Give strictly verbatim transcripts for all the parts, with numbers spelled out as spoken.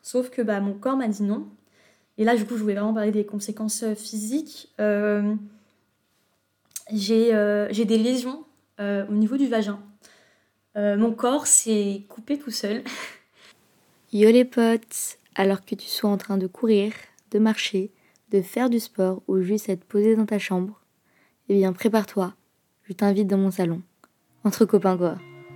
Sauf que bah, mon corps m'a dit non. Et là, du coup, je voulais vraiment parler des conséquences euh, physiques. Euh, j'ai, euh, j'ai des lésions euh, au niveau du vagin. Euh, mon corps s'est coupé tout seul. Yo les potes, alors que tu sois en train de courir, de marcher, de faire du sport ou juste être posé dans ta chambre, eh bien prépare-toi, je t'invite dans mon salon. Entre copains quoi.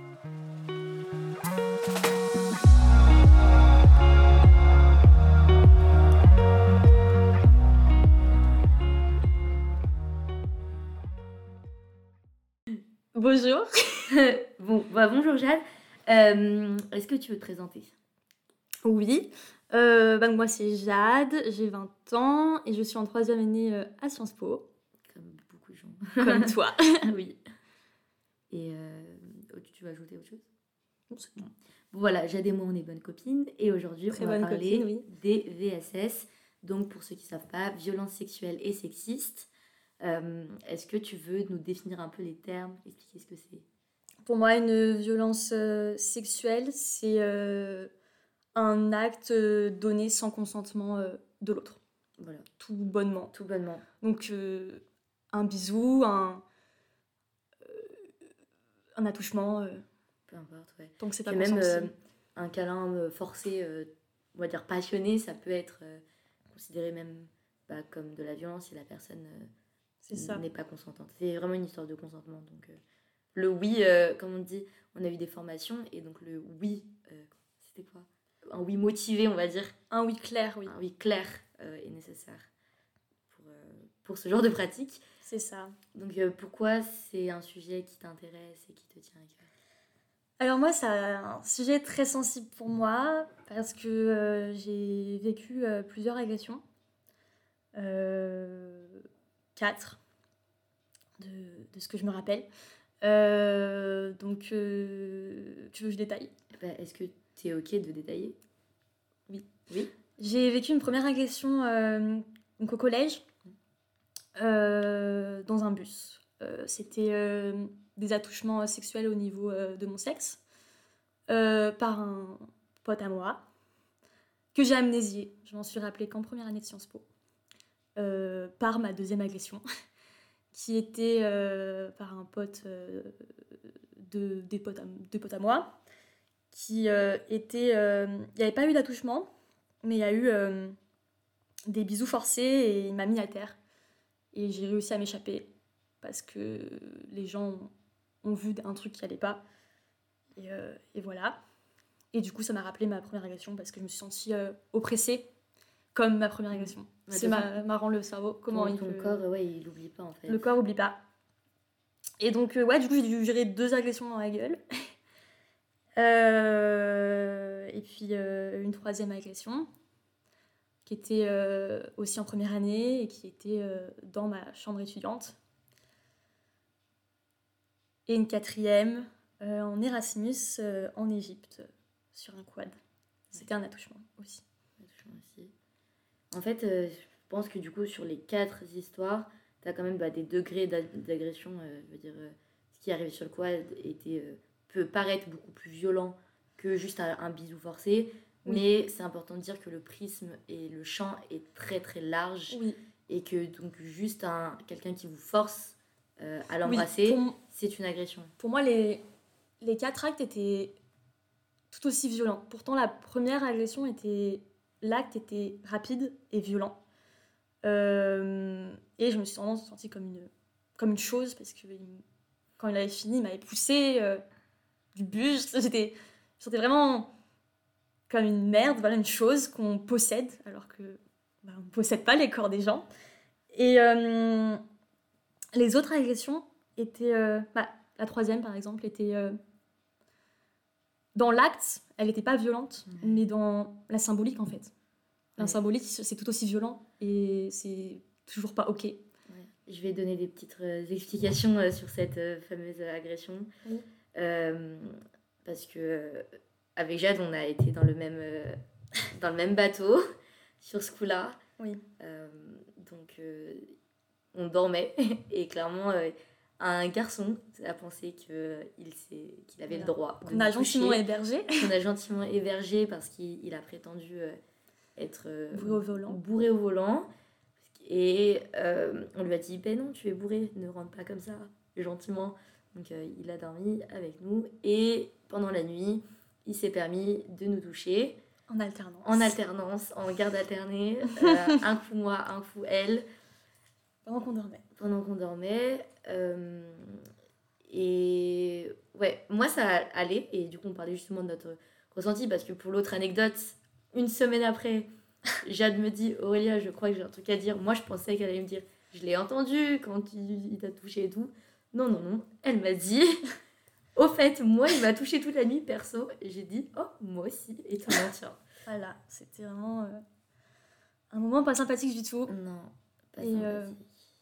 Bonjour. Bon, bah bonjour Jade. Euh, est-ce que tu veux te présenter ? Oui. Euh, bah, moi, c'est Jade, j'ai vingt ans et je suis en troisième année euh, à Sciences Po. Comme beaucoup de gens. Comme toi. Oui. Et euh, tu veux ajouter autre chose ? Bon, c'est bon. Bon, voilà, Jade et moi, on est bonnes copines. Et aujourd'hui, Très on va bonne parler copine, oui. des V S S. Donc, pour ceux qui ne savent pas, violences sexuelles et sexistes. Euh, est-ce que tu veux nous définir un peu les termes, expliquer ce que c'est ? Pour moi, une violence euh, sexuelle, c'est euh, un acte euh, donné sans consentement euh, de l'autre. Voilà, Tout bonnement. tout bonnement. Donc, euh, un bisou, un, euh, un attouchement. Euh, Peu importe, ouais. donc, c'est pas Puis même consenti. euh, un câlin euh, forcé, euh, on va dire passionné, ça peut être euh, considéré même bah, comme de la violence si la personne euh, C'est ça. n'est pas consentante. C'est vraiment une histoire de consentement. Donc, euh, le oui, euh, comme on dit, on a eu des formations, et donc le oui, euh, c'était quoi ? Un oui motivé, on va dire. Un oui clair, oui. Un oui clair euh, est nécessaire pour, euh, pour ce genre de pratique. C'est ça. Donc, euh, pourquoi c'est un sujet qui t'intéresse et qui te tient à cœur ? Alors moi, c'est un sujet très sensible pour moi parce que euh, j'ai vécu euh, plusieurs agressions. Euh, quatre, de, de ce que je me rappelle. Euh, donc, euh, tu veux que je détaille ? Bah, est-ce que tu es OK de détailler ? Oui. Oui. J'ai vécu une première agression euh, donc au collège, euh, dans un bus. Euh, c'était euh, des attouchements sexuels au niveau euh, de mon sexe, euh, par un pote à moi, que j'ai amnésié. Je m'en suis rappelée qu'en première année de Sciences Po, euh, par ma deuxième agression, qui était euh, par un pote euh, de, des potes à, des potes à moi, qui euh, était... euh, Il n'y avait pas eu d'attouchement, mais il y a eu euh, des bisous forcés et il m'a mis à terre. Et j'ai réussi à m'échapper parce que les gens ont vu un truc qui allait pas. Et, euh, et voilà. Et du coup, ça m'a rappelé ma première agression parce que je me suis sentie euh, oppressée comme ma première agression. Ouais, c'est ma, marrant le cerveau. Comment ton, il ton peut... corps, ouais, il oublie pas en fait. Le corps oublie pas. Et donc, euh, ouais, du coup, j'ai dû gérer deux agressions dans la gueule. euh, et puis, euh, une troisième agression qui était euh, aussi en première année et qui était euh, dans ma chambre étudiante. Et une quatrième euh, en Erasmus euh, en Égypte, euh, sur un quad. C'était un attouchement aussi. Attouchement aussi. En fait, euh, je pense que du coup, sur les quatre histoires, tu as quand même bah, des degrés d'agression. Euh, je veux dire, euh, ce qui arrive sur le quad était, euh, peut paraître beaucoup plus violent que juste un, un bisou forcé. Oui. Mais c'est important de dire que le prisme et le champ est très très large. Oui. Et que donc juste un, quelqu'un qui vous force euh, à l'embrasser, oui, pour, c'est une agression. Pour moi, les, les quatre actes étaient tout aussi violents. Pourtant, la première agression était... L'acte était rapide et violent. Euh, et je me suis vraiment sentie comme une, comme une chose parce que il, quand il avait fini, il m'avait poussée euh, du bus. J'étais, je sentais vraiment comme une merde, voilà, une chose qu'on possède alors que bah, on ne possède pas les corps des gens. Et euh, les autres agressions étaient... Euh, bah, la troisième, par exemple, était... Euh, dans l'acte, elle n'était pas violente, mmh. mais dans la symbolique, en fait. La ouais. symbolique, c'est tout aussi violent et c'est toujours pas OK. Ouais. Je vais donner des petites euh, explications euh, sur cette euh, fameuse agression. Oui. Euh, parce que euh, avec Jade, on a été dans le même, euh, dans le même bateau sur ce coup-là. Oui. Euh, donc, euh, on dormait et clairement, euh, un garçon a pensé qu'il, s'est, qu'il avait Voilà. le droit de On a nous gentiment toucher. hébergé. On a gentiment hébergé parce qu'il il a prétendu euh, être euh, Bourré au volant. bourré au volant. Et euh, on lui a dit, ben non, tu es bourré, ne rentre pas comme ça, gentiment. Donc euh, il a dormi avec nous. Et pendant la nuit, il s'est permis de nous toucher. En alternance. En alternance, en garde alternée. euh, un coup moi, un coup elle. Pendant qu'on dormait. Pendant qu'on dormait. Euh, et ouais, moi ça allait. Et du coup, on parlait justement de notre ressenti. Parce que pour l'autre anecdote, une semaine après, Jade me dit, Aurélia, je crois que j'ai un truc à dire. Moi, je pensais qu'elle allait me dire, je l'ai entendu quand il, il t'a touché et tout. Non, non, non. Elle m'a dit, au fait, moi, il m'a touché toute la nuit, perso. Et j'ai dit, oh, moi aussi. Et tout le monde, tiens. Voilà, c'était vraiment euh, un moment pas sympathique du tout. Non, pas Et, sympathique. euh,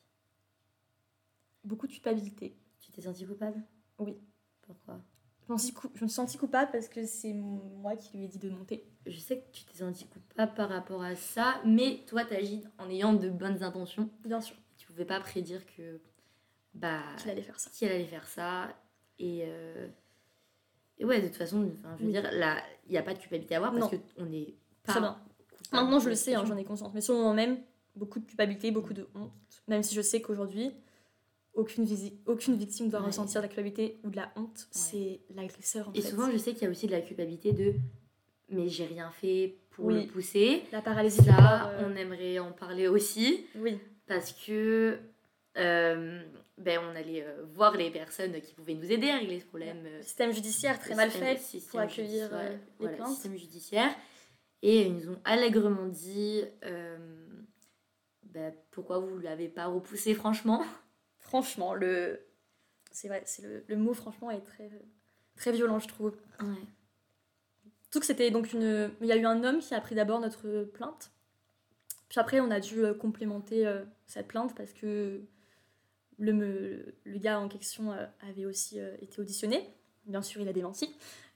Beaucoup de culpabilité. Tu t'es sentie coupable? Oui. Pourquoi? Je me, suis cou- je me suis sentie coupable parce que c'est moi qui lui ai dit de monter. Je sais que tu t'es sentie coupable par rapport à ça, mais toi, t'agis en ayant de bonnes intentions. Bien sûr. Tu pouvais pas prédire que... Bah, Qu'il allait faire ça. Qu'il allait faire ça. Et... euh, Et ouais, de toute façon, enfin, je veux Oui. dire, là, il n'y a pas de culpabilité à avoir parce Non. qu'on n'est pas... Très bien. coupable Maintenant, je de le la sais, hein, situation. j'en ai conscience. Mais sur le moment même, beaucoup de culpabilité, beaucoup de honte. Même si je sais qu'aujourd'hui, aucune, visi- aucune victime doit Ouais. ressentir de la culpabilité ou de la honte. C'est l'agresseur, en Et fait. souvent, je sais qu'il y a aussi de la culpabilité de mais j'ai rien fait pour Oui. le pousser. La paralysie du Ça, corps, euh, on aimerait en parler aussi Oui. parce que euh, ben, on allait euh, voir les personnes qui pouvaient nous aider à régler ce problème. euh, Le système judiciaire très le mal système- fait système pour accueillir judiciaire, euh, les voilà, plaintes. système judiciaire. Et ils nous ont allègrement dit euh, ben, pourquoi vous ne l'avez pas repoussé, franchement. Franchement, le... c'est vrai, c'est le... le mot franchement est très, très violent, je trouve. Ouais. Surtout que c'était donc une... Il y a eu un homme qui a pris d'abord notre plainte. Puis après, on a dû euh, complémenter euh, cette plainte parce que le, me- le gars en question euh, avait aussi euh, été auditionné. Bien sûr, il a démenti.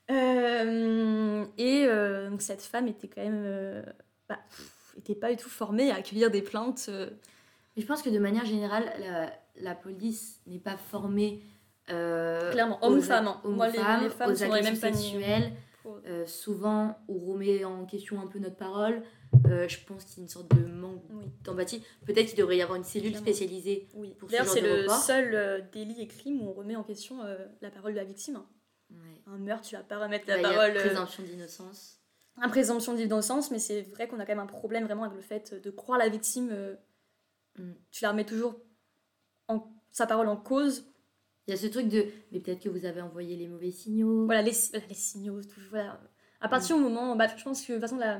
Euh, et euh, donc cette femme était quand même... euh, bah, pff, était pas du tout formée à accueillir des plaintes. euh, Mais je pense que de manière générale, la, la police n'est pas formée euh, Clairement, hommes aux ou femmes, hein. hommes ou Moi, les- femmes, les femmes aux sont dans les agressions mêmes paniers. sexuelles. pour- Euh, souvent, on remet en question un peu notre parole. Euh, je pense qu'il y a une sorte de manque Oui. d'empathie. Peut-être qu'il devrait y avoir une cellule Clairement. spécialisée. Oui. Pour ce D'ailleurs, genre c'est de le report. seul euh, délit et crime où on remet en question euh, la parole de la victime. Ouais. Un meurtre, tu vas pas remettre Bah, la il y a parole. euh, présomption d'innocence. un présomption d'innocence, mais c'est vrai qu'on a quand même un problème vraiment avec le fait de croire la victime. euh, Mm. Tu la remets toujours en, sa parole en cause. Il y a ce truc de mais peut-être que vous avez envoyé les mauvais signaux. Voilà, les, voilà, les signaux, tout, voilà. À partir du moment, bah, je pense que de toute façon, la,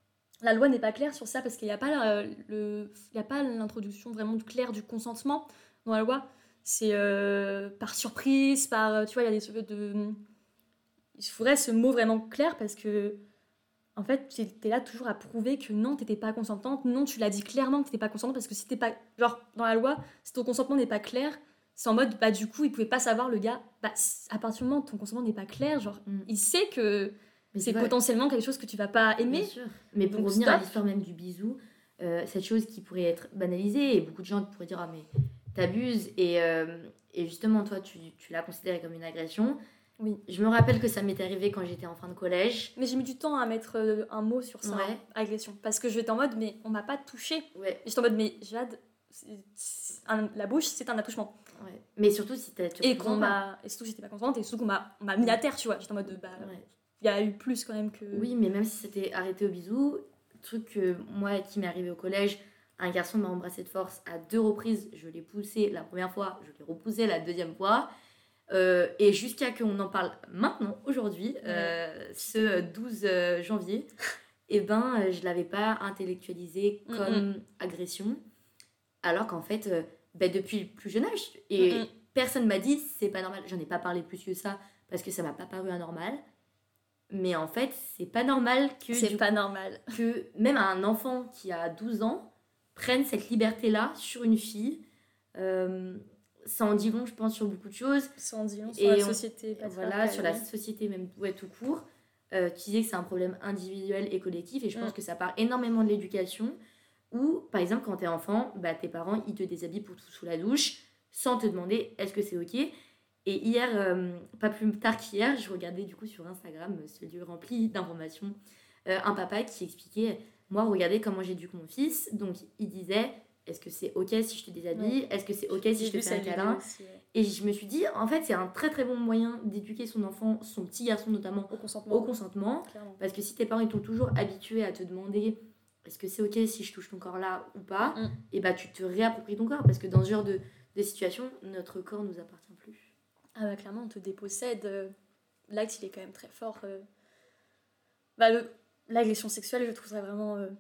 la loi n'est pas claire sur ça parce qu'il n'y a pas euh, le, il y a pas l'introduction vraiment claire du consentement dans la loi. C'est euh, par surprise, par, tu vois, il y a des trucs de... Il faudrait ce mot vraiment clair parce que, en fait, tu es là toujours à prouver que non, tu n'étais pas consentante. Non, tu l'as dit clairement que tu n'étais pas consentante parce que si t'es pas... Genre, dans la loi, si ton consentement n'est pas clair, c'est en mode, bah du coup, il pouvait pas savoir, le gars, bah à partir du moment où ton consentement n'est pas clair, genre, Mm. il sait que Mais c'est tu vois, potentiellement quelque chose que tu vas pas bien aimer. sûr. Mais pour Donc, revenir à stop. l'histoire même du bisou, euh, cette chose qui pourrait être banalisée, et beaucoup de gens pourraient dire ah mais t'abuses, et, euh, et justement toi tu, tu l'as considéré comme une agression. Oui. Je me rappelle que ça m'est arrivé quand j'étais en fin de collège. Mais j'ai mis du temps à mettre euh, un mot sur ça, Ouais. hein, agression. Parce que j'étais en mode, mais on m'a pas touché. Ouais, J'étais en mode, mais Jade, c'est- c'est un- la bouche, c'est un attouchement. ouais. Mais surtout si t'as tu Et représentes qu'on pas. m'a. Et surtout, j'étais pas contente, et surtout qu'on m'a on m'a mis à terre, tu vois. J'étais en mode, bah, Ouais. il y a eu plus quand même que. Oui, mais même si c'était arrêté au bisou, truc que moi qui m'est arrivé au collège, un garçon m'a embrassé de force à deux reprises. Je l'ai poussé la première fois, je l'ai repoussé la deuxième fois. Euh, et jusqu'à qu'on en parle maintenant, aujourd'hui, euh, ce douze janvier, et ben, euh, je l'avais pas intellectualisé Mm, comme agression. Alors qu'en fait, euh, ben, depuis le plus jeune âge, et Mm, mm. personne m'a dit c'est pas normal. J'en ai pas parlé plus que ça parce que ça m'a pas paru anormal. Mais en fait, c'est pas normal que, C'est du pas normal. que même un enfant qui a douze ans prenne cette liberté-là sur une fille. Euh, ça en dit long, je pense, sur beaucoup de choses. Sans dire long sur Et la on- société. Voilà, patriarcale, sur la oui. société même, ouais, tout court. Euh, tu disais que c'est un problème individuel et collectif, et je pense Mm. que ça part énormément de l'éducation. Où, par exemple, quand t'es enfant, bah, tes parents, ils te déshabillent pour tout sous la douche. sans te demander est-ce que c'est ok. Et hier, euh, pas plus tard qu'hier, je regardais du coup sur Instagram euh, ce lieu rempli d'informations, euh, un papa qui expliquait, moi regardez comment j'éduque mon fils, donc il disait est-ce que c'est ok si je te déshabille, Ouais. est-ce que c'est ok si J'ai je te vu fais un cette vidéo câlin. aussi, ouais. Et je me suis dit en fait c'est un très très bon moyen d'éduquer son enfant, son petit garçon notamment, Au consentement. au consentement, Clairement. parce que si tes parents ils t'ont toujours habitué à te demander est-ce que c'est ok si je touche ton corps là ou pas, Mm. et bah tu te réappropries ton corps, parce que dans ce genre de, de situation, notre corps nous appartient plus. Ah bah clairement, on te dépossède. euh, L'acte, il est quand même très fort. euh. Bah, le... l'agression sexuelle, je trouverais vraiment... euh,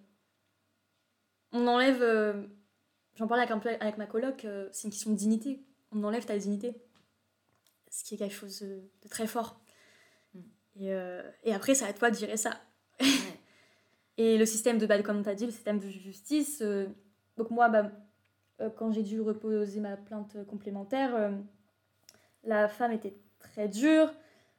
On enlève... euh, J'en parlais avec, un peu avec ma coloc, euh, c'est une question de dignité. On enlève ta dignité. Ce qui est quelque chose de, de très fort. Mm. Et, euh, et après, c'est à toi de gérer ça. Ouais. Et le système de, bah, comme tu as dit, le système de justice... euh, Donc moi, bah, euh, quand j'ai dû reposer ma plainte complémentaire, euh, la femme était très dure.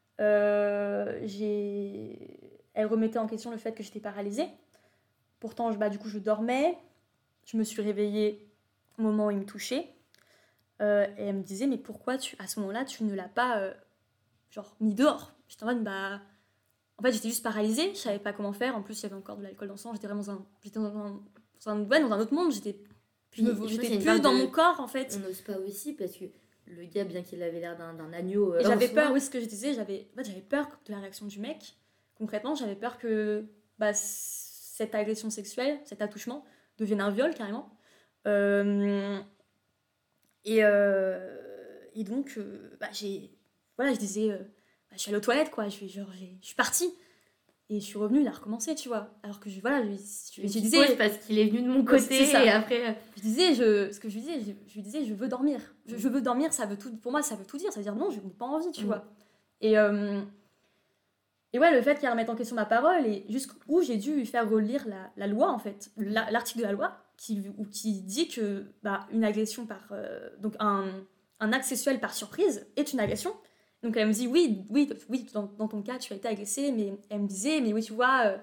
Euh, j'ai... Elle remettait en question le fait que j'étais paralysée. Pourtant, je- bah, du coup, je dormais. Je me suis réveillée au moment où il me touchait. Euh, et elle me disait, mais pourquoi tu, à ce moment-là, tu ne l'as pas euh, genre, mis dehors? J'étais en mode, bah... En fait, j'étais juste paralysée. Je savais pas comment faire. En plus, il y avait encore de l'alcool dans le sang. J'étais vraiment dans un, j'étais dans un, dans un, ouais, dans un autre monde. J'étais, Puis, je je me- pense j'étais qu'il y a une plus part dans de- mon corps, en fait. On n'ose pas aussi parce que le gars, bien qu'il avait l'air d'un, d'un agneau, euh, Et j'avais en peur, soi, oui, ce que je disais, j'avais, en fait, j'avais peur de la réaction du mec. Concrètement, j'avais peur que bah, c- cette agression sexuelle, cet attouchement, devienne un viol carrément. Euh, et, euh, et donc, euh, bah, j'ai, voilà, je disais, euh, bah, je suis allée aux toilettes, quoi. Je, suis- genre, j'ai- je suis partie. Et je suis revenue, il a recommencé, tu vois. Alors que, je, voilà, je, je, je je me disais, parce qu'il est venu de mon Ouais, c'est- côté c'est ça. et après. euh, je disais, je, ce que je lui disais, je, je lui disais, je veux dormir. Je, je veux dormir, ça veut tout, pour moi, ça veut tout dire. Ça veut dire non, je n'ai pas envie, tu Mm. vois. Et, euh, et ouais, le fait qu'elle remette en question ma parole et jusqu'où j'ai dû lui faire relire la, la loi, en fait, la- l'article de la loi qui, où- qui dit que bah, une agression par. euh, donc un, un acte sexuel par surprise est une agression. Donc elle me dit, oui, oui, oui dans, dans ton cas, tu as été agressée, mais elle me disait, mais oui, tu vois, euh,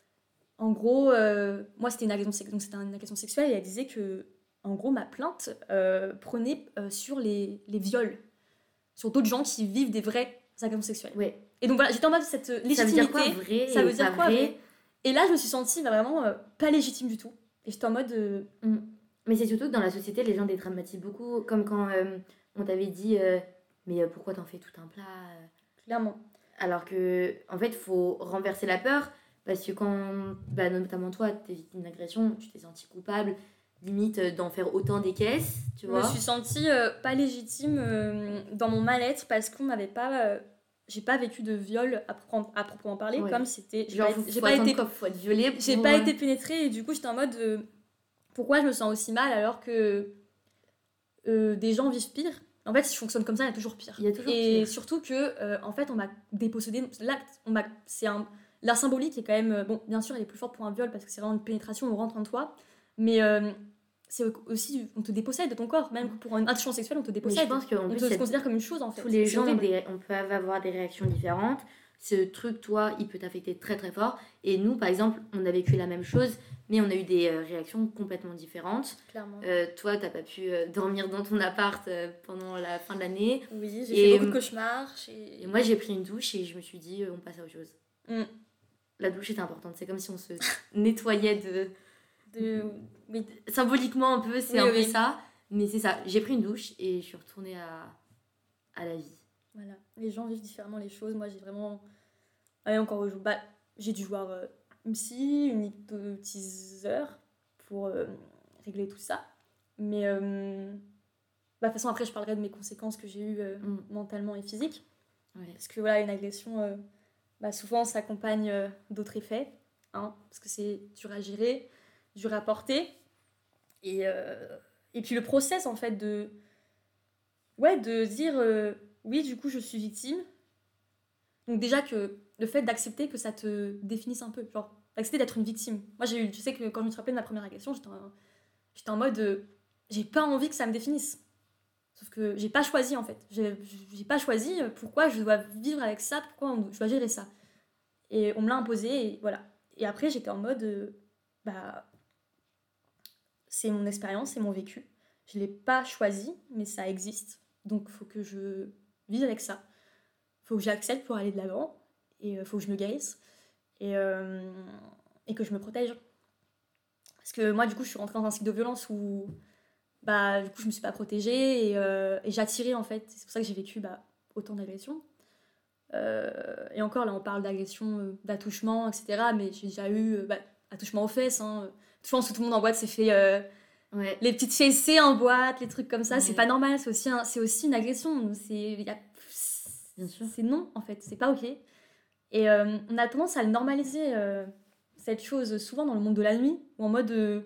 en gros, euh, moi c'était une agression, sex- donc c'était une agression sexuelle et elle disait que, en gros, ma plainte euh, prenait euh, sur les, les viols, sur d'autres gens qui vivent des vraies agressions sexuelles. Ouais. Et donc voilà, j'étais en mode cette Ça veut légitimité. dire quoi vrai Ça et veut dire pas quoi, vrai vrai Et là, je me suis sentie bah, vraiment euh, pas légitime du tout. Et j'étais en mode. euh, Mm. Mais c'est surtout que dans la société, les gens dédramatisent beaucoup, comme quand euh, on t'avait dit euh, mais euh, pourquoi t'en fais tout un plat euh clairement. Alors que, en fait, il faut renverser la peur, parce que quand, bah, notamment toi, t'es victime d'agression, tu t'es senti coupable, limite euh, d'en faire autant des caisses, tu Je vois. me suis sentie euh, pas légitime euh, dans mon mal-être parce qu'on m'avait pas. euh, j'ai pas vécu de viol à, proprement- à proprement parler, Ouais. comme c'était. J'ai Genre, pas, faut, été- j'ai faut pas attendre été quoi, faut être violé pour... j'ai pas euh, été pénétrée et du coup j'étais en mode euh, pourquoi je me sens aussi mal alors que euh, des gens vivent pire. En fait, si je fonctionne comme ça, il y a toujours pire. Il y a toujours et pire. surtout que euh, en fait, on m'a dépossédé l'acte. On m'a, c'est un la symbolique est quand même euh, bon. Bien sûr, elle est plus forte pour un viol parce que c'est vraiment une pénétration, on rentre en toi. Mais euh, c'est aussi on te dépossède de ton corps, même pour une attouchement sexuel, on te Mais dépossède. je pense qu'en On plus, te il y a- considère comme une chose en fait. tous les C'est gens, ont horrible. des- on peut avoir des réactions différentes. Ce truc, toi, il peut t'affecter très très fort. Et nous, par exemple, on a vécu la même chose, mais on a eu des euh, réactions complètement différentes. Clairement. Euh, toi, t'as pas pu euh, dormir dans ton appart euh, pendant la fin de l'année. Oui, j'ai et- fait beaucoup de cauchemars. j'ai- Et moi, j'ai pris une douche et je me suis dit, euh, on passe à autre chose. Mm. La douche était importante. C'est comme si on se nettoyait de... De... Oui. Symboliquement un peu, c'est Oui, un oui, peu oui. ça. Mais c'est ça. J'ai pris une douche et je suis retournée à, à la vie. Voilà, les gens vivent différemment les choses. Moi, j'ai vraiment. Allez, encore aujourd'hui. Bah, j'ai dû voir euh, une psy, une hypnotiseur pour euh, régler tout ça. Mais. euh, bah, de toute façon, après, je parlerai de mes conséquences que j'ai eues euh, Mm. mentalement et physiques. Ouais. Parce que voilà, une agression, euh, bah, souvent, s'accompagne euh, d'autres effets. Hein, parce que c'est dur à gérer, dur à porter. Et, euh, et puis le process, en fait, de. Ouais, de dire. euh, oui, du coup, je suis victime. Donc déjà que le fait d'accepter que ça te définisse un peu, genre d'accepter d'être une victime. Moi, j'ai eu, je sais que quand je me suis rappelée de ma première agression, j'étais en, j'étais en mode, euh, j'ai pas envie que ça me définisse. Sauf que j'ai pas choisi en fait. J'ai, j'ai pas choisi pourquoi je dois vivre avec ça, pourquoi on- je dois gérer ça. Et on me l'a imposé et voilà. Et après, j'étais en mode, euh, bah, c'est mon expérience, c'est mon vécu. Je ne l'ai pas choisi, mais ça existe. Donc, il faut que je vive avec ça. Il faut que j'accepte pour aller de l'avant. Et il euh, faut que je me guérisse. Et, euh, et que je me protège. Parce que moi, du coup, je suis rentrée dans un cycle de violence où bah, du coup, je ne me suis pas protégée. Et, euh, et j'ai attiré, en fait. C'est pour ça que j'ai vécu bah, autant d'agressions. Euh, et encore, là, on parle d'agression, euh, d'attouchement, et cetera. Mais j'ai déjà eu euh, bah, attouchement aux fesses. Hein. Je pense que tout le monde en boîte s'est fait... Euh, Ouais. Les petites fessées en boîte, les trucs comme ça, Ouais. c'est pas normal, c'est aussi, un, c'est aussi une agression. C'est, y a, Bien sûr. C'est non, en fait, c'est pas ok. Et euh, on a tendance à le normaliser, euh, cette chose, souvent dans le monde de la nuit, ou en mode. Euh,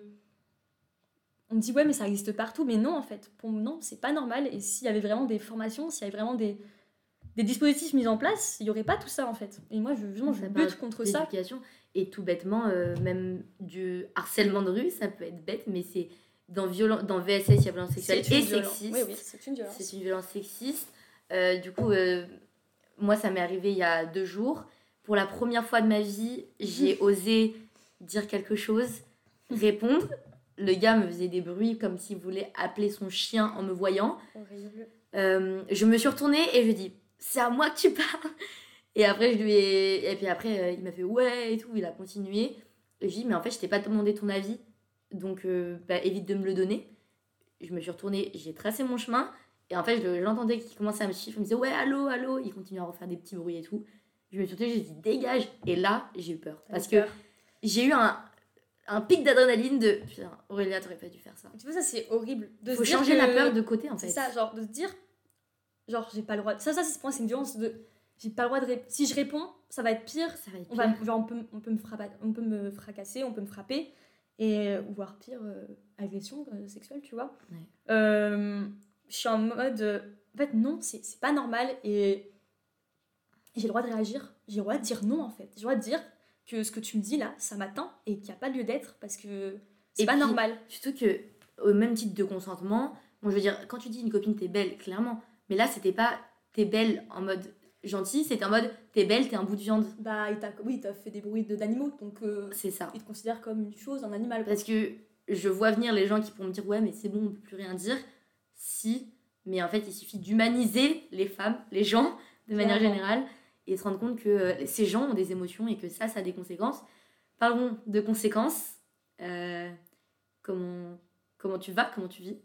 on dit, ouais, mais ça existe partout, mais non, en fait. Pour non, c'est pas normal. Et s'il y avait vraiment des formations, s'il y avait vraiment des, des dispositifs mis en place, il y aurait pas tout ça, en fait. Et moi, je, vraiment, je lutte contre ça. Et tout bêtement, euh, même du harcèlement de rue, ça peut être bête, mais c'est. Dans, viol... dans V S S, il y a violence sexuelle et violence. sexiste. Oui, oui, c'est une violence. C'est une violence sexiste. Euh, du coup, euh, moi, ça m'est arrivé il y a deux jours. Pour la première fois de ma vie, j'ai osé dire quelque chose, répondre. Le gars me faisait des bruits comme s'il voulait appeler son chien en me voyant. Horrible. Euh, je me suis retournée et je lui ai dit, c'est à moi que tu parles. Et après, je lui ai... et puis après, euh, il m'a fait ouais et tout. Il a continué. Et je lui ai dit, mais en fait, je t'ai pas demandé ton avis. Donc, euh, bah, évite de me le donner. Je me suis retournée, j'ai tracé mon chemin. Et en fait, je l'entendais qui commençait à me chiffrer. Il me disait, ouais, allô, allô. Il continuait à refaire des petits bruits et tout. Je me suis retournée, j'ai dit, dégage. Et là, j'ai eu peur. Parce que j'ai eu un, un pic d'adrénaline de, putain, Aurélia, t'aurais pas dû faire ça. Tu vois, ça, c'est horrible. De Faut changer que... la peur de côté, en fait. C'est ça, genre, de se dire, genre, j'ai pas le droit. De... Ça, ça, c'est, pour moi, c'est une violence de. J'ai pas le droit de répondre. Si je réponds, ça va être pire. Ça va être pire. On, va, genre, on, peut, on, peut me frapper, on peut me fracasser, on peut me frapper. Et, ou voire pire, euh, agression euh, sexuelle, tu vois. Ouais. Euh, je suis en mode... Euh, en fait, non, c'est, c'est pas normal. Et j'ai le droit de réagir. J'ai le droit de dire non, en fait. J'ai le droit de dire que ce que tu me dis, là, ça m'atteint et qu'il n'y a pas lieu d'être parce que c'est et pas puis, normal. Surtout que, au même titre de consentement, bon, je veux dire, quand tu dis une copine, t'es belle, clairement. Mais là, c'était pas t'es belle en mode... gentil, c'était en mode t'es belle, t'es un bout de viande. Bah, il t'a, oui, t'as fait des bruits de, d'animaux, donc euh, c'est ça. Il te considère comme une chose, un animal. Quoi. Parce que je vois venir les gens qui pourront me dire ouais, mais c'est bon, on peut plus rien dire. Si, mais en fait, il suffit d'humaniser les femmes, les gens, de manière Clairement. générale, et se rendre compte que euh, ces gens ont des émotions et que ça, ça a des conséquences. Parlons de conséquences. Euh, comment, comment tu vas, comment tu vis?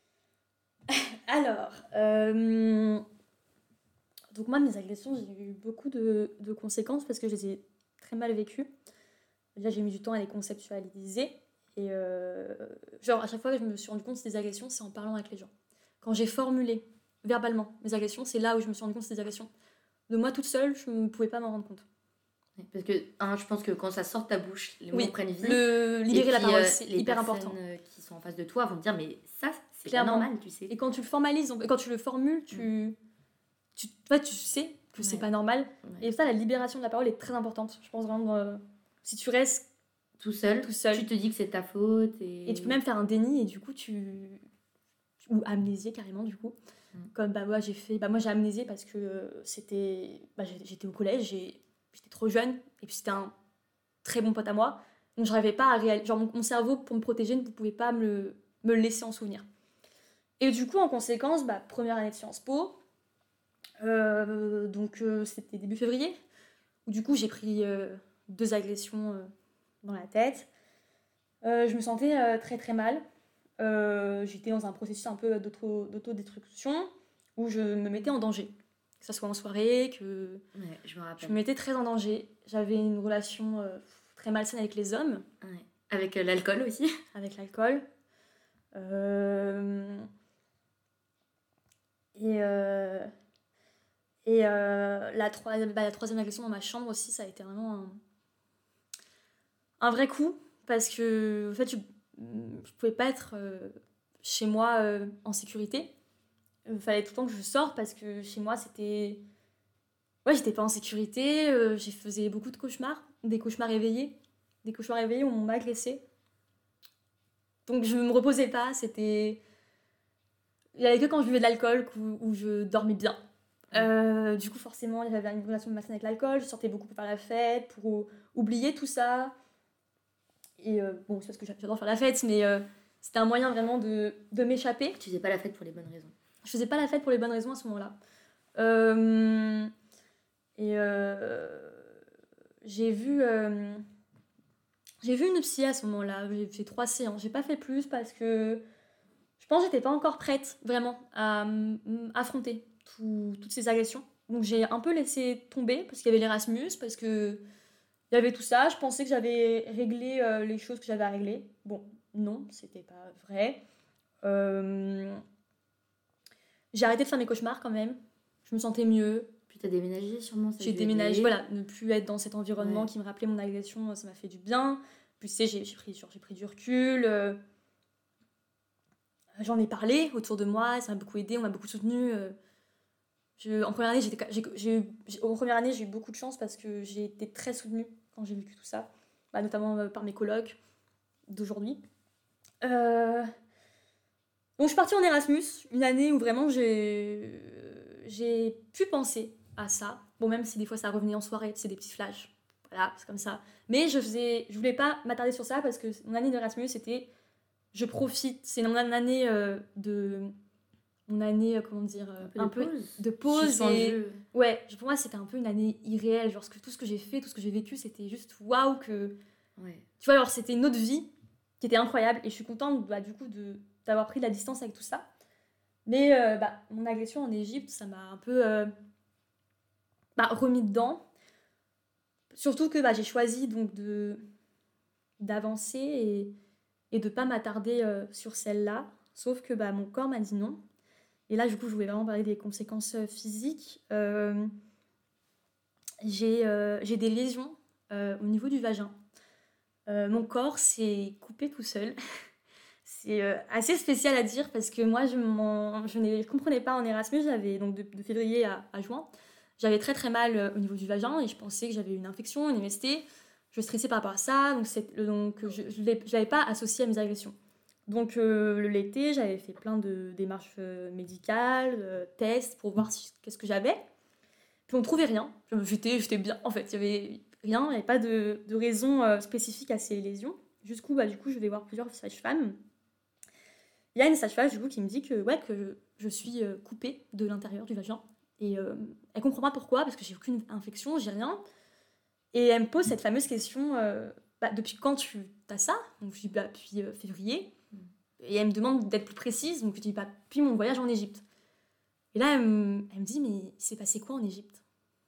Alors. Euh... Donc moi, mes agressions, j'ai eu beaucoup de, de conséquences parce que je les ai très mal vécues. Déjà, j'ai mis du temps à les conceptualiser. Et euh, genre, à chaque fois que je me suis rendu compte que c'était des agressions, c'est en parlant avec les gens. Quand j'ai formulé verbalement mes agressions, c'est là où je me suis rendu compte que c'était des agressions. De moi toute seule, je ne pouvais pas m'en rendre compte. Parce que, hein, je pense que quand ça sort de ta bouche, les mots oui, prennent vie. Le, libérer puis, la parole, euh, c'est hyper important. Les personnes qui sont en face de toi vont te dire, mais ça, c'est Clairement. pas normal, tu sais. Et quand tu le formalises, quand tu le formules, tu... Mm. Tu, ouais, tu sais que ouais. c'est pas normal. Ouais. Et ça, la libération de la parole est très importante. Je pense vraiment, euh, si tu restes tout seul, tout seul, tu te dis que c'est ta faute. Et... et tu peux même faire un déni et du coup, tu... Ou amnésier carrément, du coup. Mm. Comme, bah, moi, j'ai fait... Bah, moi, j'ai amnésié parce que euh, c'était... Bah, j'étais au collège, j'ai... j'étais trop jeune, et puis c'était un très bon pote à moi. Donc, je n'arrivais pas à réaliser... Genre, mon, mon cerveau, pour me protéger, ne pouvait pas me le, me le laisser en souvenir. Et du coup, en conséquence, bah, première année de Sciences Po... Euh, donc euh, c'était début février où du coup j'ai pris euh, deux agressions euh, dans la tête. Euh, je me sentais euh, très très mal. Euh, j'étais dans un processus un peu d'auto, d'autodestruction où je me mettais en danger, que ça soit en soirée, que ouais, je me rappelle. Je me mettais très en danger. J'avais une relation euh, très malsaine avec les hommes. Ouais. Avec euh, l'alcool aussi. Avec l'alcool. Euh... Et euh... Et euh, la, troisième, bah, la troisième agression dans ma chambre aussi, ça a été vraiment un, un vrai coup. Parce que, en fait, je ne pouvais pas être euh, chez moi euh, en sécurité. Il fallait tout le temps que je sorte parce que chez moi, c'était... Ouais, j'étais pas en sécurité. Euh, j'ai faisais beaucoup de cauchemars. Des cauchemars éveillés. Des cauchemars éveillés où on m'a agressée. Donc, je me reposais pas. C'était... Il y avait que quand je buvais de l'alcool où, où je dormais bien. Euh, du coup, forcément, j'avais une relation malsaine avec l'alcool, je sortais beaucoup pour faire la fête, pour oublier tout ça. Et euh, bon, c'est parce que j'adore faire la fête, mais euh, C'était un moyen vraiment de, de m'échapper. Tu faisais pas la fête pour les bonnes raisons. Je faisais pas la fête pour les bonnes raisons à ce moment-là. Euh, et euh, j'ai vu... Euh, j'ai vu une psy à ce moment-là. J'ai fait trois séances. J'ai pas fait plus parce que je pense que j'étais pas encore prête, vraiment, à affronter tout, toutes ces agressions. Donc j'ai un peu laissé tomber parce qu'il y avait l'Erasmus, parce que il y avait tout ça. Je pensais que j'avais réglé euh, les choses que j'avais à régler. Bon, non, c'était pas vrai. Euh... J'ai arrêté de faire mes cauchemars quand même. Je me sentais mieux. Puis t'as déménagé sûrement, ça a J'ai dû déménagé, aider. voilà, ne plus être dans cet environnement Ouais. qui me rappelait mon agression, ça m'a fait du bien. Puis tu sais, j'ai, j'ai, pris, j'ai pris du recul. euh, J'en ai parlé autour de moi, ça m'a beaucoup aidé, on m'a beaucoup soutenue. euh, Je, en première année, j'étais, j'ai, j'ai, eu- j'ai- en première année, j'ai eu beaucoup de chance parce que j'ai été très soutenue quand j'ai vécu tout ça, bah, notamment euh, par mes colocs d'aujourd'hui. Euh, Donc je suis partie en Erasmus, une année où vraiment j'ai, j'ai pu penser à ça. Bon, même si des fois ça revenait en soirée, c'est des petits flashs. Voilà, c'est comme ça. Mais je faisais, je voulais pas m'attarder sur ça parce que mon année d'Erasmus, c'était je profite. C'est mon année euh, de. Mon année, euh, comment dire, euh, Un peu de pause. de pause. Suspendu. Et ouais, pour moi, c'était un peu une année irréelle. Genre, ce que- tout ce que j'ai fait, tout ce que j'ai vécu, c'était juste waouh que. Ouais. Tu vois, alors c'était une autre vie qui était incroyable. Et je suis contente, bah, du coup, de, d'avoir pris de la distance avec tout ça. Mais euh, bah, mon agression en Égypte, ça m'a un peu euh, bah, remis dedans. Surtout que bah, j'ai choisi donc de d'avancer et, et de pas m'attarder euh, sur celle-là. Sauf que bah, mon corps m'a dit non. Et là, du coup, je voulais vraiment parler des conséquences euh, physiques. Euh, j'ai, euh, j'ai des lésions euh, au niveau du vagin. Euh, mon corps s'est coupé tout seul. C'est euh, assez spécial à dire parce que moi, je, m'en, je ne comprenais pas en Erasmus. J'avais donc de, de février à, à juin. J'avais très très mal euh, au niveau du vagin et je pensais que j'avais une infection, une M S T. Je stressais par rapport à ça, donc, c'est, donc je ne l'avais pas associé à mes agressions. Donc euh, l'été, j'avais fait plein de démarches euh, médicales, euh, tests pour voir si, qu'est-ce que j'avais. Puis on ne trouvait rien. J'étais, j'étais bien, en fait. Il n'y avait rien, il n'y avait pas de, de raison euh, spécifique à ces lésions. Jusqu'où, bah, du coup, je vais voir plusieurs sages-femmes. Il y a une sage-femme, du coup, qui me dit que, ouais, que je, je suis euh, coupée de l'intérieur du vagin. Et euh, elle comprend pas pourquoi, parce que j'ai aucune infection, j'ai rien. Et elle me pose cette fameuse question, euh, bah, depuis quand tu as ça? Donc je dis, bah, depuis euh, février. Et elle me demande d'être plus précise, donc je dis, bah, depuis mon voyage en Égypte. Et là, elle me, elle me dit, mais c'est passé quoi en Égypte?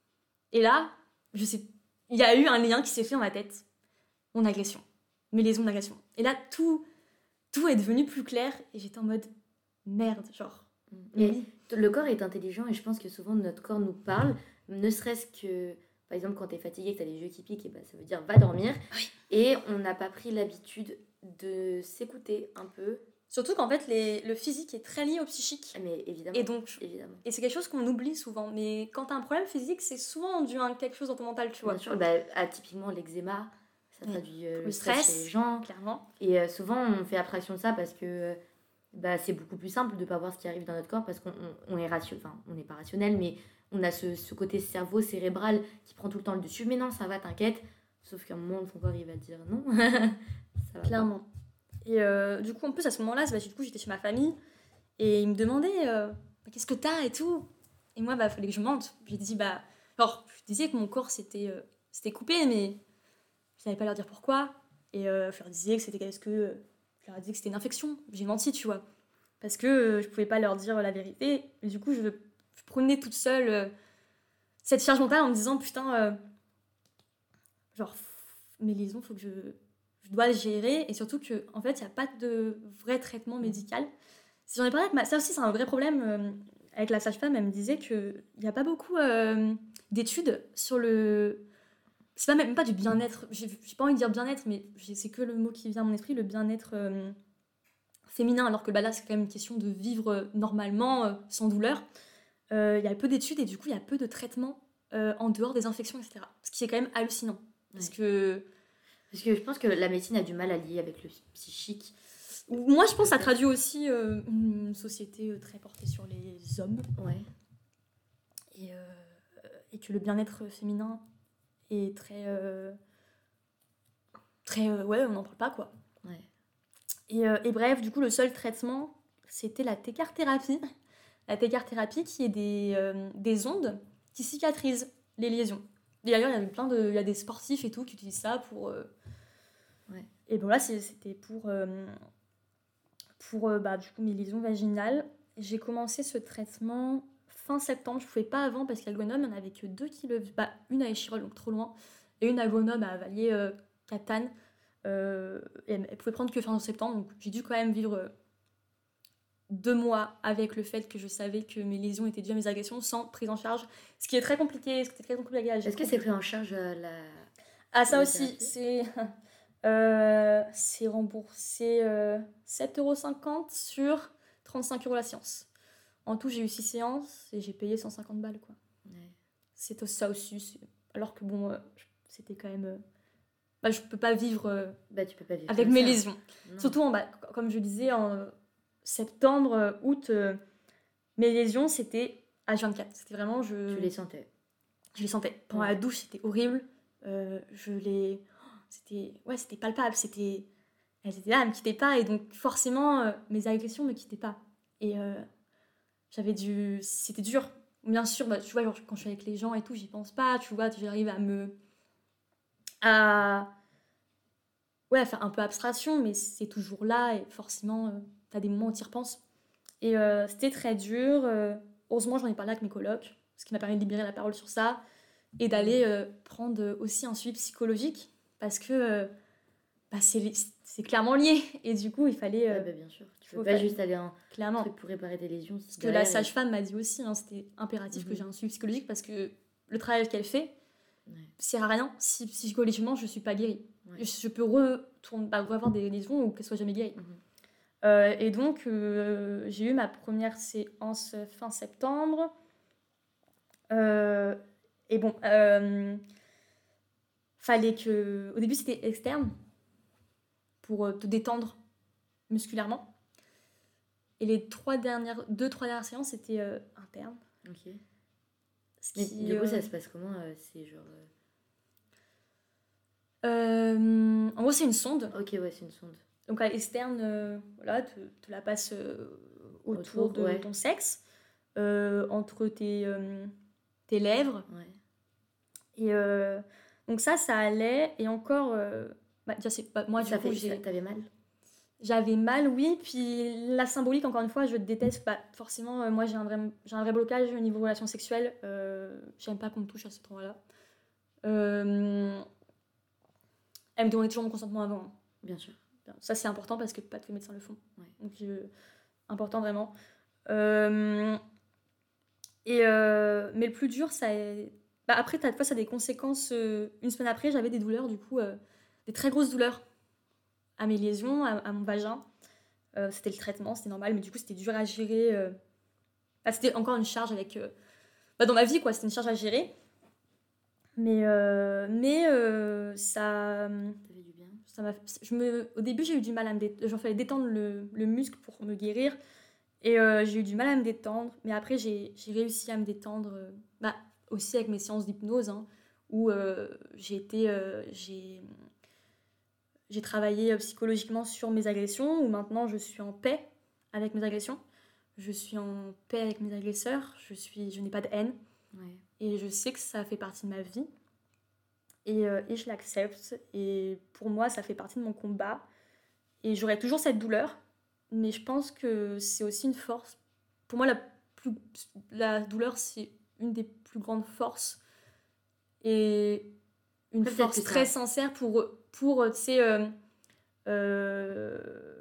Et là, je sais, il y a eu un lien qui s'est fait dans ma tête. Mon agression, mes lésions d'agression. Et là, tout, tout est devenu plus clair, et j'étais en mode, merde, genre. Mais oui. Le corps est intelligent, et je pense que souvent notre corps nous parle, ne serait-ce que, par exemple, quand t'es fatigué, que t'as les yeux qui piquent, et bah, ça veut dire va dormir. Oui. Et on n'a pas pris l'habitude de s'écouter un peu. Surtout qu'en fait, les, le physique est très lié au psychique. Mais évidemment. Et donc, évidemment. Et c'est quelque chose qu'on oublie souvent. Mais quand t'as un problème physique, c'est souvent dû à quelque chose dans ton mental, tu vois. Bien sûr, bah, ah, typiquement l'eczéma, ça traduit euh, le le stress, stress chez les gens. Clairement. Et euh, souvent, on fait abstraction de ça parce que euh, bah, c'est beaucoup plus simple de ne pas voir ce qui arrive dans notre corps parce qu'on on, on est rationnel, enfin, on n'est pas rationnel, mais on a ce, ce côté cerveau cérébral qui prend tout le temps le dessus. Mais non, ça va, t'inquiète. Sauf qu'à un moment, ton corps, il va dire non. Ça va Clairement. Pas. Et euh, du coup, en plus, à ce moment-là, bah, du coup, j'étais chez ma famille et ils me demandaient euh, bah, qu'est-ce que t'as et tout. Et moi, bah, fallait que je mente. J'ai dit, bah. Alors, je disais que mon corps s'était, euh, s'était coupé, mais je savais pas leur dire pourquoi. Et euh, je leur disais que c'était qu'est-ce que. Je leur disais que c'était une infection. J'ai menti, tu vois. Parce que euh, je pouvais pas leur dire la vérité. Et du coup, je, je prenais toute seule euh, cette charge mentale en me disant, putain, euh, genre, mes liaisons, faut que je. Je dois le gérer, et surtout que en fait il n'y a pas de vrai traitement médical. Si j'en ai parlé avec ma... ça aussi c'est un vrai problème euh, avec la sage-femme. Elle me disait qu'il n'y a pas beaucoup euh, d'études sur le, c'est pas même pas du bien-être, j'ai, j'ai pas envie de dire bien-être, mais c'est que le mot qui vient à mon esprit, le bien-être euh, féminin, alors que bah, là c'est quand même une question de vivre normalement euh, sans douleur. Il euh, y a peu d'études et du coup il y a peu de traitements euh, en dehors des infections, et cetera. Ce qui est quand même hallucinant, parce ouais. que Parce que je pense que la médecine a du mal à lier avec le psychique. Moi, je pense que ça traduit aussi euh, une société très portée sur les hommes. Ouais. Et, euh, et que le bien-être féminin est très... Euh, très euh, ouais, on n'en parle pas, quoi. Ouais. Et, euh, et bref, du coup, le seul traitement, c'était la técar-thérapie. La técar-thérapie qui est des, euh, des ondes qui cicatrisent les lésions. Et d'ailleurs, il y avait plein de, il y a des sportifs et tout qui utilisent ça pour... Euh... Ouais. Et bon là, c'est, c'était pour, euh, pour euh, bah, du coup, mes lésions vaginales. J'ai commencé ce traitement fin septembre. Je ne pouvais pas avant parce qu'à Grenoble, il n'y en avait que deux qui le... Bah, une à Échirol, donc trop loin, et une à Grenoble, à Valier-Catane. Euh, elle, elle pouvait prendre que fin septembre, donc j'ai dû quand même vivre... Euh, deux mois avec le fait que je savais que mes lésions étaient dues à mes agressions sans prise en charge, ce qui est très compliqué, ce qui est très compliqué à gérer. Est-ce que c'est pris en charge euh, la... Ah ça la aussi, thérapie c'est, euh, c'est remboursé euh, sept euros cinquante sur trente-cinq euros la séance. En tout, j'ai eu six séances et j'ai payé cent cinquante balles, quoi. Ouais. C'est ça aussi, c'est... alors que bon, euh, c'était quand même... Euh... Bah, je peux pas vivre, euh, bah, tu peux pas vivre avec comme mes ça. lésions. Non. Surtout, en, bah, comme je disais, en septembre, euh, août, euh, mes lésions, c'était H vingt-quatre. C'était vraiment... Je... Tu les sentais. Je les sentais. Pendant Ouais. la douche, c'était horrible. Euh, je les... oh, c'était... Ouais, c'était palpable. C'était... Elles étaient là, elles me quittaient pas. Et donc, forcément, euh, mes agressions me quittaient pas. Et euh, j'avais dû... C'était dur. Bien sûr, bah, tu vois, genre, quand je suis avec les gens et tout, j'y pense pas. Tu vois, j'arrive à me... À... Ouais, à faire un peu abstraction, mais c'est toujours là. Et forcément, euh, t'as des moments où tu y repenses. Et euh, c'était très dur. Euh, heureusement, j'en ai parlé avec mes colocs, ce qui m'a permis de libérer la parole sur ça et d'aller euh, prendre aussi un suivi psychologique parce que euh, bah, c'est, c'est clairement lié. Et du coup, il fallait... Euh, ouais, bah, bien sûr. Tu peux faut pas faire... juste aller en clairement. truc pour réparer tes lésions. Si Ce que la sage-femme m'a dit aussi, hein, c'était impératif mm-hmm. que j'ai un suivi psychologique parce que le travail qu'elle fait ouais. sert à rien si psychologiquement je suis pas guérie. Ouais. Je, je peux retourner, bah, avoir des lésions ou qu'elles soient jamais guéries. Mm-hmm. Euh, et donc, euh, j'ai eu ma première séance fin septembre. Euh, et bon, euh, fallait que... Au début, c'était externe pour te détendre musculairement. Et les trois dernières, deux, trois dernières séances, c'était euh, interne. Ok. Ce Mais qui, du coup, euh... ça se passe comment euh, c'est genre... Euh, en gros, c'est une sonde. Ok, ouais, c'est une sonde. Donc à l'externe, euh, voilà, te, te la passe euh, autour, autour de ouais. ton sexe, euh, entre tes, euh, tes lèvres. Ouais. Et euh, donc ça, ça allait. Et encore, euh, bah, déjà, c'est pas moi. Ça du coup, fait, j'ai... T'avais mal? J'avais mal, oui. Puis la symbolique, encore une fois, je déteste. Bah, forcément, euh, moi, j'ai un vrai, j'ai un vrai blocage au niveau relations sexuelles. Euh, j'aime pas qu'on me touche à cet endroit-là. Euh, elle me demandait toujours mon consentement avant. Hein. Bien sûr. Ça, c'est important parce que pas tous les médecins le font. Ouais. Donc, euh, important vraiment. Euh, et euh, mais le plus dur, ça est... bah, après, t'as, fois, ça a des conséquences. Euh, une semaine après, j'avais des douleurs, du coup, euh, des très grosses douleurs à mes lésions, à, à mon vagin. Euh, c'était le traitement, c'était normal, mais du coup, c'était dur à gérer. Euh... Enfin, c'était encore une charge avec... Euh... Bah, dans ma vie, quoi, c'était une charge à gérer. Mais, euh, mais euh, ça... T'avais du bien. Ça m'a... Je me... Au début, j'ai eu du mal à me détendre. J'en fallait détendre le, le muscle pour me guérir. Et euh, j'ai eu du mal à me détendre. Mais après, j'ai, j'ai réussi à me détendre. Euh... Bah, aussi avec mes séances d'hypnose, hein, où euh, j'ai été... Euh, j'ai... j'ai travaillé psychologiquement sur mes agressions, où maintenant, je suis en paix avec mes agressions. Je suis en paix avec mes agresseurs. Je, suis... je n'ai pas de haine. Ouais. Et je sais que ça fait partie de ma vie. Et, euh, et je l'accepte. Et pour moi, ça fait partie de mon combat. Et j'aurai toujours cette douleur. Mais je pense que c'est aussi une force. Pour moi, la, plus, la douleur, c'est une des plus grandes forces. Et une Peut-être force très ça... sincère pour, pour tu sais, euh, euh,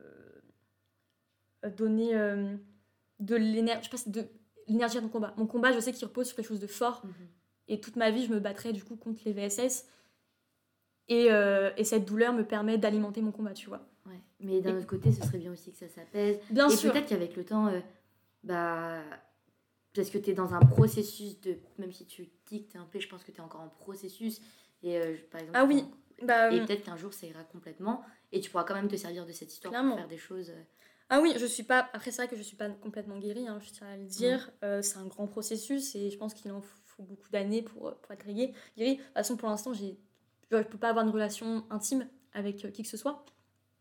donner euh, de l'énergie. Je sais pas, de l'énergie à mon combat. Mon combat, je sais qu'il repose sur quelque chose de fort. Mm-hmm. Et toute ma vie, je me battrais du coup contre les V S S. Et, euh, et cette douleur me permet d'alimenter mon combat, tu vois. Ouais. Mais d'un et... autre côté, ce serait bien aussi que ça s'apaise. Bien et sûr. peut-être qu'avec le temps, euh, bah, parce que tu es dans un processus de... Même si tu dis que tu es en paix, je pense que tu es encore en processus. Et euh, par exemple, ah oui. En... Bah, et peut-être qu'un jour, ça ira complètement. Et tu pourras quand même te servir de cette histoire Clairement. Pour faire des choses... Euh... Ah oui, je suis pas... Après, c'est vrai que je suis pas complètement guérie, hein, je tiens à le dire. Mmh. Euh, c'est un grand processus et je pense qu'il en faut beaucoup d'années pour, pour être guérie. De toute façon, pour l'instant, j'ai... je ne peux pas avoir une relation intime avec qui que ce soit.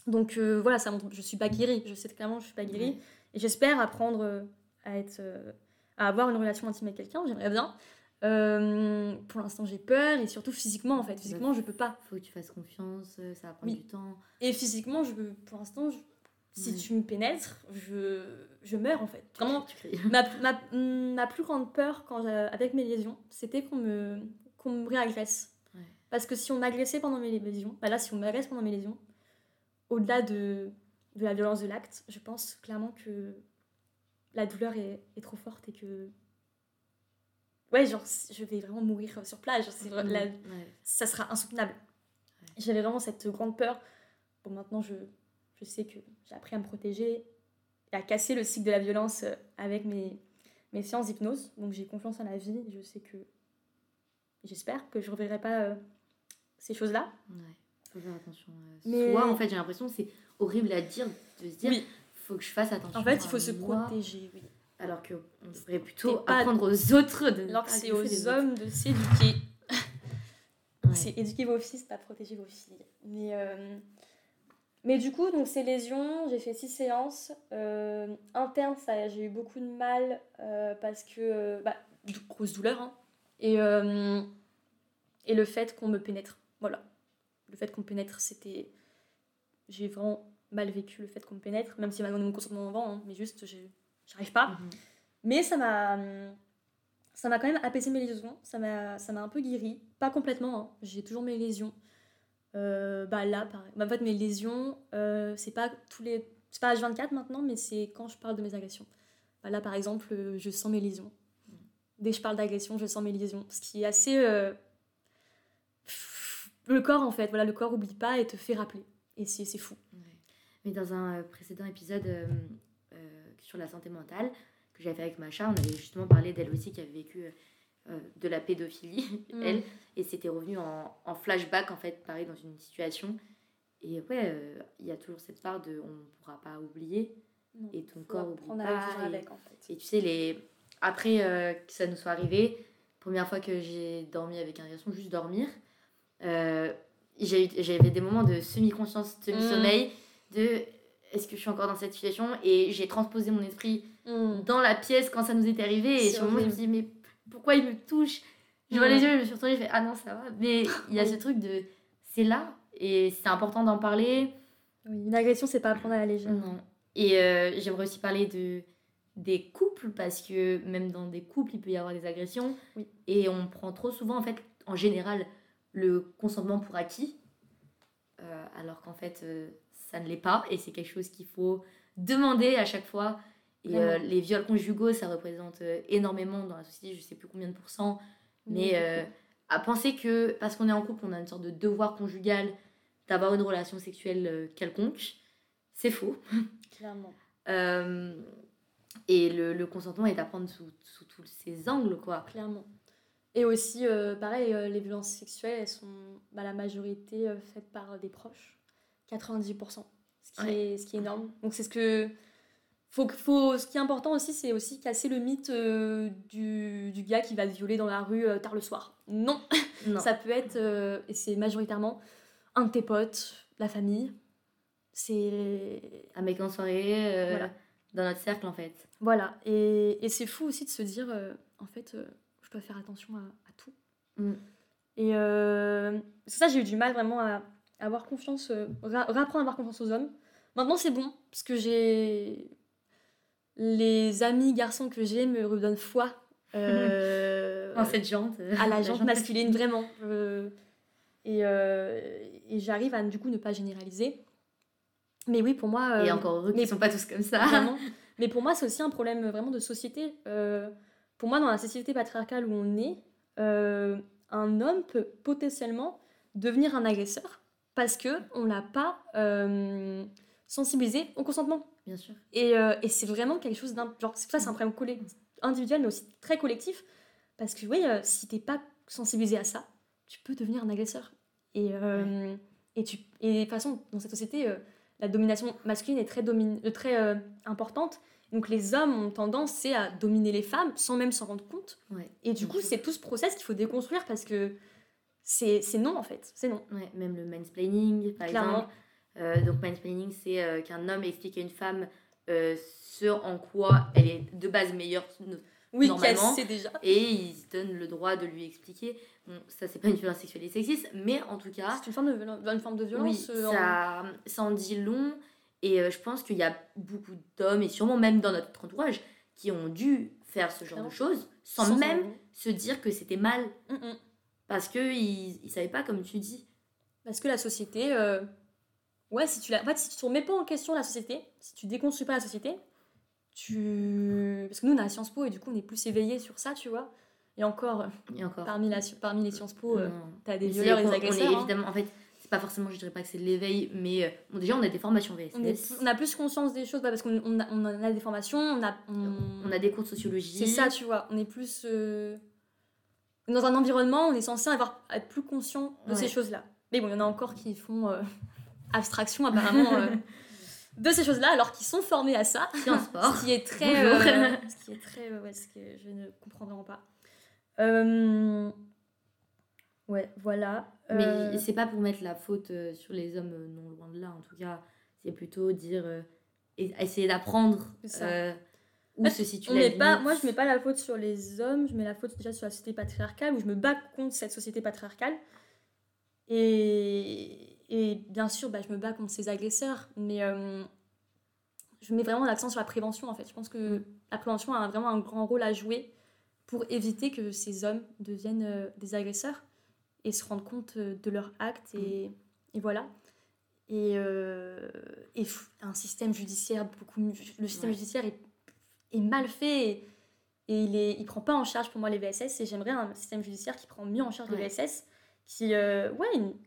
Donc euh, voilà, ça montre, je suis pas guérie, je sais clairement que je suis pas guérie, Ouais. et j'espère apprendre euh, à être, euh, à avoir une relation intime avec quelqu'un, j'aimerais bien. Euh, pour l'instant j'ai peur, et surtout physiquement en fait, physiquement je peux pas. Faut que tu fasses confiance, euh, ça va prendre Oui. du temps. Et physiquement, je, pour l'instant, je- si Ouais. tu me pénètres, je, je meurs en fait. Vraiment, Tu cries. ma, ma, ma plus grande peur quand j'ai- avec mes lésions, c'était qu'on me, qu'on me réagresse. Ouais. Parce que si on m'agressait pendant mes lésions, bah là, si on m'agresse pendant mes lésions, au-delà de, de la violence de l'acte, je pense clairement que la douleur est, est trop forte et que. Ouais, genre, je vais vraiment mourir sur place. Genre, c'est vra- la- Ouais. ça sera insoutenable. Ouais. J'avais vraiment cette grande peur. Bon, maintenant, je, je sais que j'ai appris à me protéger et à casser le cycle de la violence euh, avec mes, mes séances d'hypnose. Donc, j'ai confiance en la vie. Je sais que. J'espère que je ne reverrai pas euh, ces choses-là. Ouais. Faut faire attention. euh, Mais- Soit, en fait, j'ai l'impression que c'est horrible à dire, de se dire, Oui. faut que je fasse attention. En fait, à il faut se moi, protéger, oui. Alors qu'on devrait plutôt T'es pas- apprendre aux autres de ne Alors pas que c'est agresser aux les autres. hommes de s'éduquer. Ouais. C'est éduquer vos fils, pas protéger vos filles. Mais, euh, mais du coup, donc ces lésions, j'ai fait six séances. Euh, interne, ça, j'ai eu beaucoup de mal euh, parce que. euh, bah, de grosses douleurs. Hein. Et, euh, et le fait qu'on me pénètre. Voilà. Le fait qu'on me pénètre, c'était. J'ai vraiment mal vécu le fait qu'on me pénètre, même si m'a donné mon consentement avant, hein, mais juste, j'ai- j'arrive pas. Mhm. Mais ça m'a. Ça m'a quand même apaisé mes lésions, ça m'a, ça m'a un peu guéri. Pas complètement, hein. J'ai toujours mes lésions. Euh, bah là, pareil. Bah, en fait, mes lésions, euh, c'est pas tous les. C'est pas H vingt-quatre maintenant, mais c'est quand je parle de mes agressions. Bah là, par exemple, euh, je sens mes lésions. Dès que je parle d'agression, je sens mes lésions. Ce qui est assez. euh, Le corps, en fait, voilà, le corps oublie pas et te fait rappeler. Et c'est, c'est fou. Ouais. Mais dans un euh, précédent épisode euh, euh, sur la santé mentale que j'avais fait avec Macha, on avait justement parlé d'elle aussi qui avait vécu euh, de la pédophilie, Mm. elle, et c'était revenu en, en flashback, en fait, pareil, dans une situation. Et ouais, euh, il y a toujours cette part de on ne pourra pas oublier, Non, et ton faut corps oublie apprendre à pas. vivre Et, avec, en fait. et tu sais, les... après euh, que ça nous soit arrivé, première fois que j'ai dormi avec un garçon, juste dormir, euh, j'ai eu- j'avais des moments de semi-conscience, semi-sommeil, de est-ce que je suis encore dans cette situation, et j'ai transposé mon esprit Mm. dans la pièce quand ça nous était arrivé, et C'est sur le moment je me horrible. suis dit mais pourquoi il me touche, je vois Mm. les yeux, je me suis retournée, je fais ah non ça va, mais il y a Oui. ce truc de c'est là et c'est important d'en parler. Oui, une agression, c'est pas à prendre à la légère. Non. Et euh, j'aimerais aussi parler de des couples, parce que même dans des couples il peut y avoir des agressions. Oui. Et on prend trop souvent en fait en général le consentement pour acquis, euh, alors qu'en fait euh, ça ne l'est pas, et c'est quelque chose qu'il faut demander à chaque fois. Et euh, Vraiment. les viols conjugaux, ça représente euh, énormément dans la société, je sais plus combien de pourcents, mais Oui, euh, beaucoup. à penser que parce qu'on est en couple, on a une sorte de devoir conjugal d'avoir une relation sexuelle euh, quelconque, c'est faux. Clairement. Euh, et le, le consentement est à prendre sous, sous tous ses angles, quoi. Clairement. Et aussi, euh, pareil, euh, les violences sexuelles, elles sont bah, la majorité euh, faites par des proches. quatre-vingt-dix pour cent. Ce qui, Ouais. est, ce qui est énorme. Donc c'est ce que... Faut, que- faut, ce qui est important aussi, c'est aussi casser le mythe euh, du, du gars qui va te violer dans la rue euh, tard le soir. Non, Non. ça peut être, euh, et c'est majoritairement un de tes potes, la famille. C'est... Un mec en soirée, euh, Voilà. dans notre cercle, en fait. Voilà. Et, et c'est fou aussi de se dire, euh, en fait, euh, je dois faire attention à, à tout. Mm. Et euh, c'est ça, j'ai eu du mal vraiment à avoir confiance, euh, ra- réapprendre à avoir confiance aux hommes. Maintenant, c'est bon, parce que j'ai... Les amis garçons que j'ai me redonnent foi euh, Dans cette jante. euh, à la la jante jante masculine, vraiment. Euh, et, euh, et j'arrive à, du coup, ne pas généraliser. Mais oui, pour moi... Et euh, encore heureux mais- qu'ils sont pas tous comme ça. Vraiment. Mais pour moi, c'est aussi un problème vraiment de société. Euh, pour moi, dans la société patriarcale où on est, euh, un homme peut potentiellement devenir un agresseur parce qu'on ne l'a pas euh, sensibilisé au consentement. Bien sûr. Et, euh, et c'est vraiment quelque chose d'un... Genre, ça, c'est un problème colle- individuel, mais aussi très collectif. Parce que, oui, euh, si tu n'es pas sensibilisé à ça, tu peux devenir un agresseur. Et, euh, et, tu, et de toute façon, dans cette société... euh, la domination masculine est très, domi- euh, très euh, importante. Donc les hommes ont tendance c'est à dominer les femmes sans même s'en rendre compte. Ouais. Et du Bien coup, sûr. c'est tout ce process qu'il faut déconstruire parce que c'est, c'est non en fait. C'est non. Ouais, même le mansplaining, par Clairement. exemple. Euh, donc mansplaining, c'est euh, qu'un homme explique à une femme euh, ce en quoi elle est de base meilleure no- Oui, qu'elle normalement, sait déjà. et il se donne le droit de lui expliquer. Bon, ça c'est pas une violence sexuelle et sexiste, mais en tout cas, C'est une forme de, violence, une forme de oui, violence. euh, en- ça, ça en dit long. Et euh, je pense qu'il y a beaucoup d'hommes, et sûrement même dans notre entourage, qui ont dû faire ce genre Clairement. de choses sans, sans même s'en- se dire que c'était mal. Mm, mm. Parce qu'ils ne savaient pas, comme tu dis. Parce que la société. euh, Ouais, si tu la... en fait, si tu ne remets pas en question la société, si tu déconstruis pas la société, tu. Parce que nous, on a Sciences Po et du coup, on est plus éveillés sur ça, tu vois. Et encore, Et encore. parmi, la... parmi les Sciences Po, euh, Non. t'as des Mais c'est violeurs et des qu'on- agresseurs. On est hein. évidemment, en fait, c'est pas forcément, je dirais pas que c'est de l'éveil, mais euh, bon, déjà, on a des formations V S S. On, est- on a plus conscience des choses bah, parce qu'on on a, on a des formations, on a. On, On a des cours de sociologie. C'est ça, tu vois. On est plus. euh, Dans un environnement, on est censé avoir... être plus conscient de Ouais. ces choses-là. Mais bon, il y en a encore qui font euh, abstraction, apparemment, euh, de ces choses-là, alors qu'ils sont formés à ça. Sciences sport. Ce qui est très. Bonjour. euh, ce qui est très. euh, Ouais, ce que je ne comprends vraiment pas. Euh, Ouais, voilà. Mais Euh, c'est pas pour mettre la faute euh, sur les hommes, euh, non loin de là. En tout cas, c'est plutôt dire. euh, et- essayer d'apprendre C'est ça. euh, où En fait, se situe on la met limite. pas, moi, je mets pas la faute sur les hommes, je mets la faute déjà sur la société patriarcale, où je me bats contre cette société patriarcale. Et, et bien sûr, bah, je me bats contre ces agresseurs, mais euh, je mets vraiment l'accent sur la prévention, en fait. Je pense que la prévention a vraiment un grand rôle à jouer pour éviter que ces hommes deviennent euh, des agresseurs et se rendent compte euh, de leurs actes, et, et voilà. Et, euh, et pff, un système judiciaire beaucoup mieux- le système Ouais. judiciaire est, est mal fait et, et il est il prend pas en charge pour moi les V S S, et j'aimerais un système judiciaire qui prend mieux en charge les Ouais. V S S, qui euh, ouais une-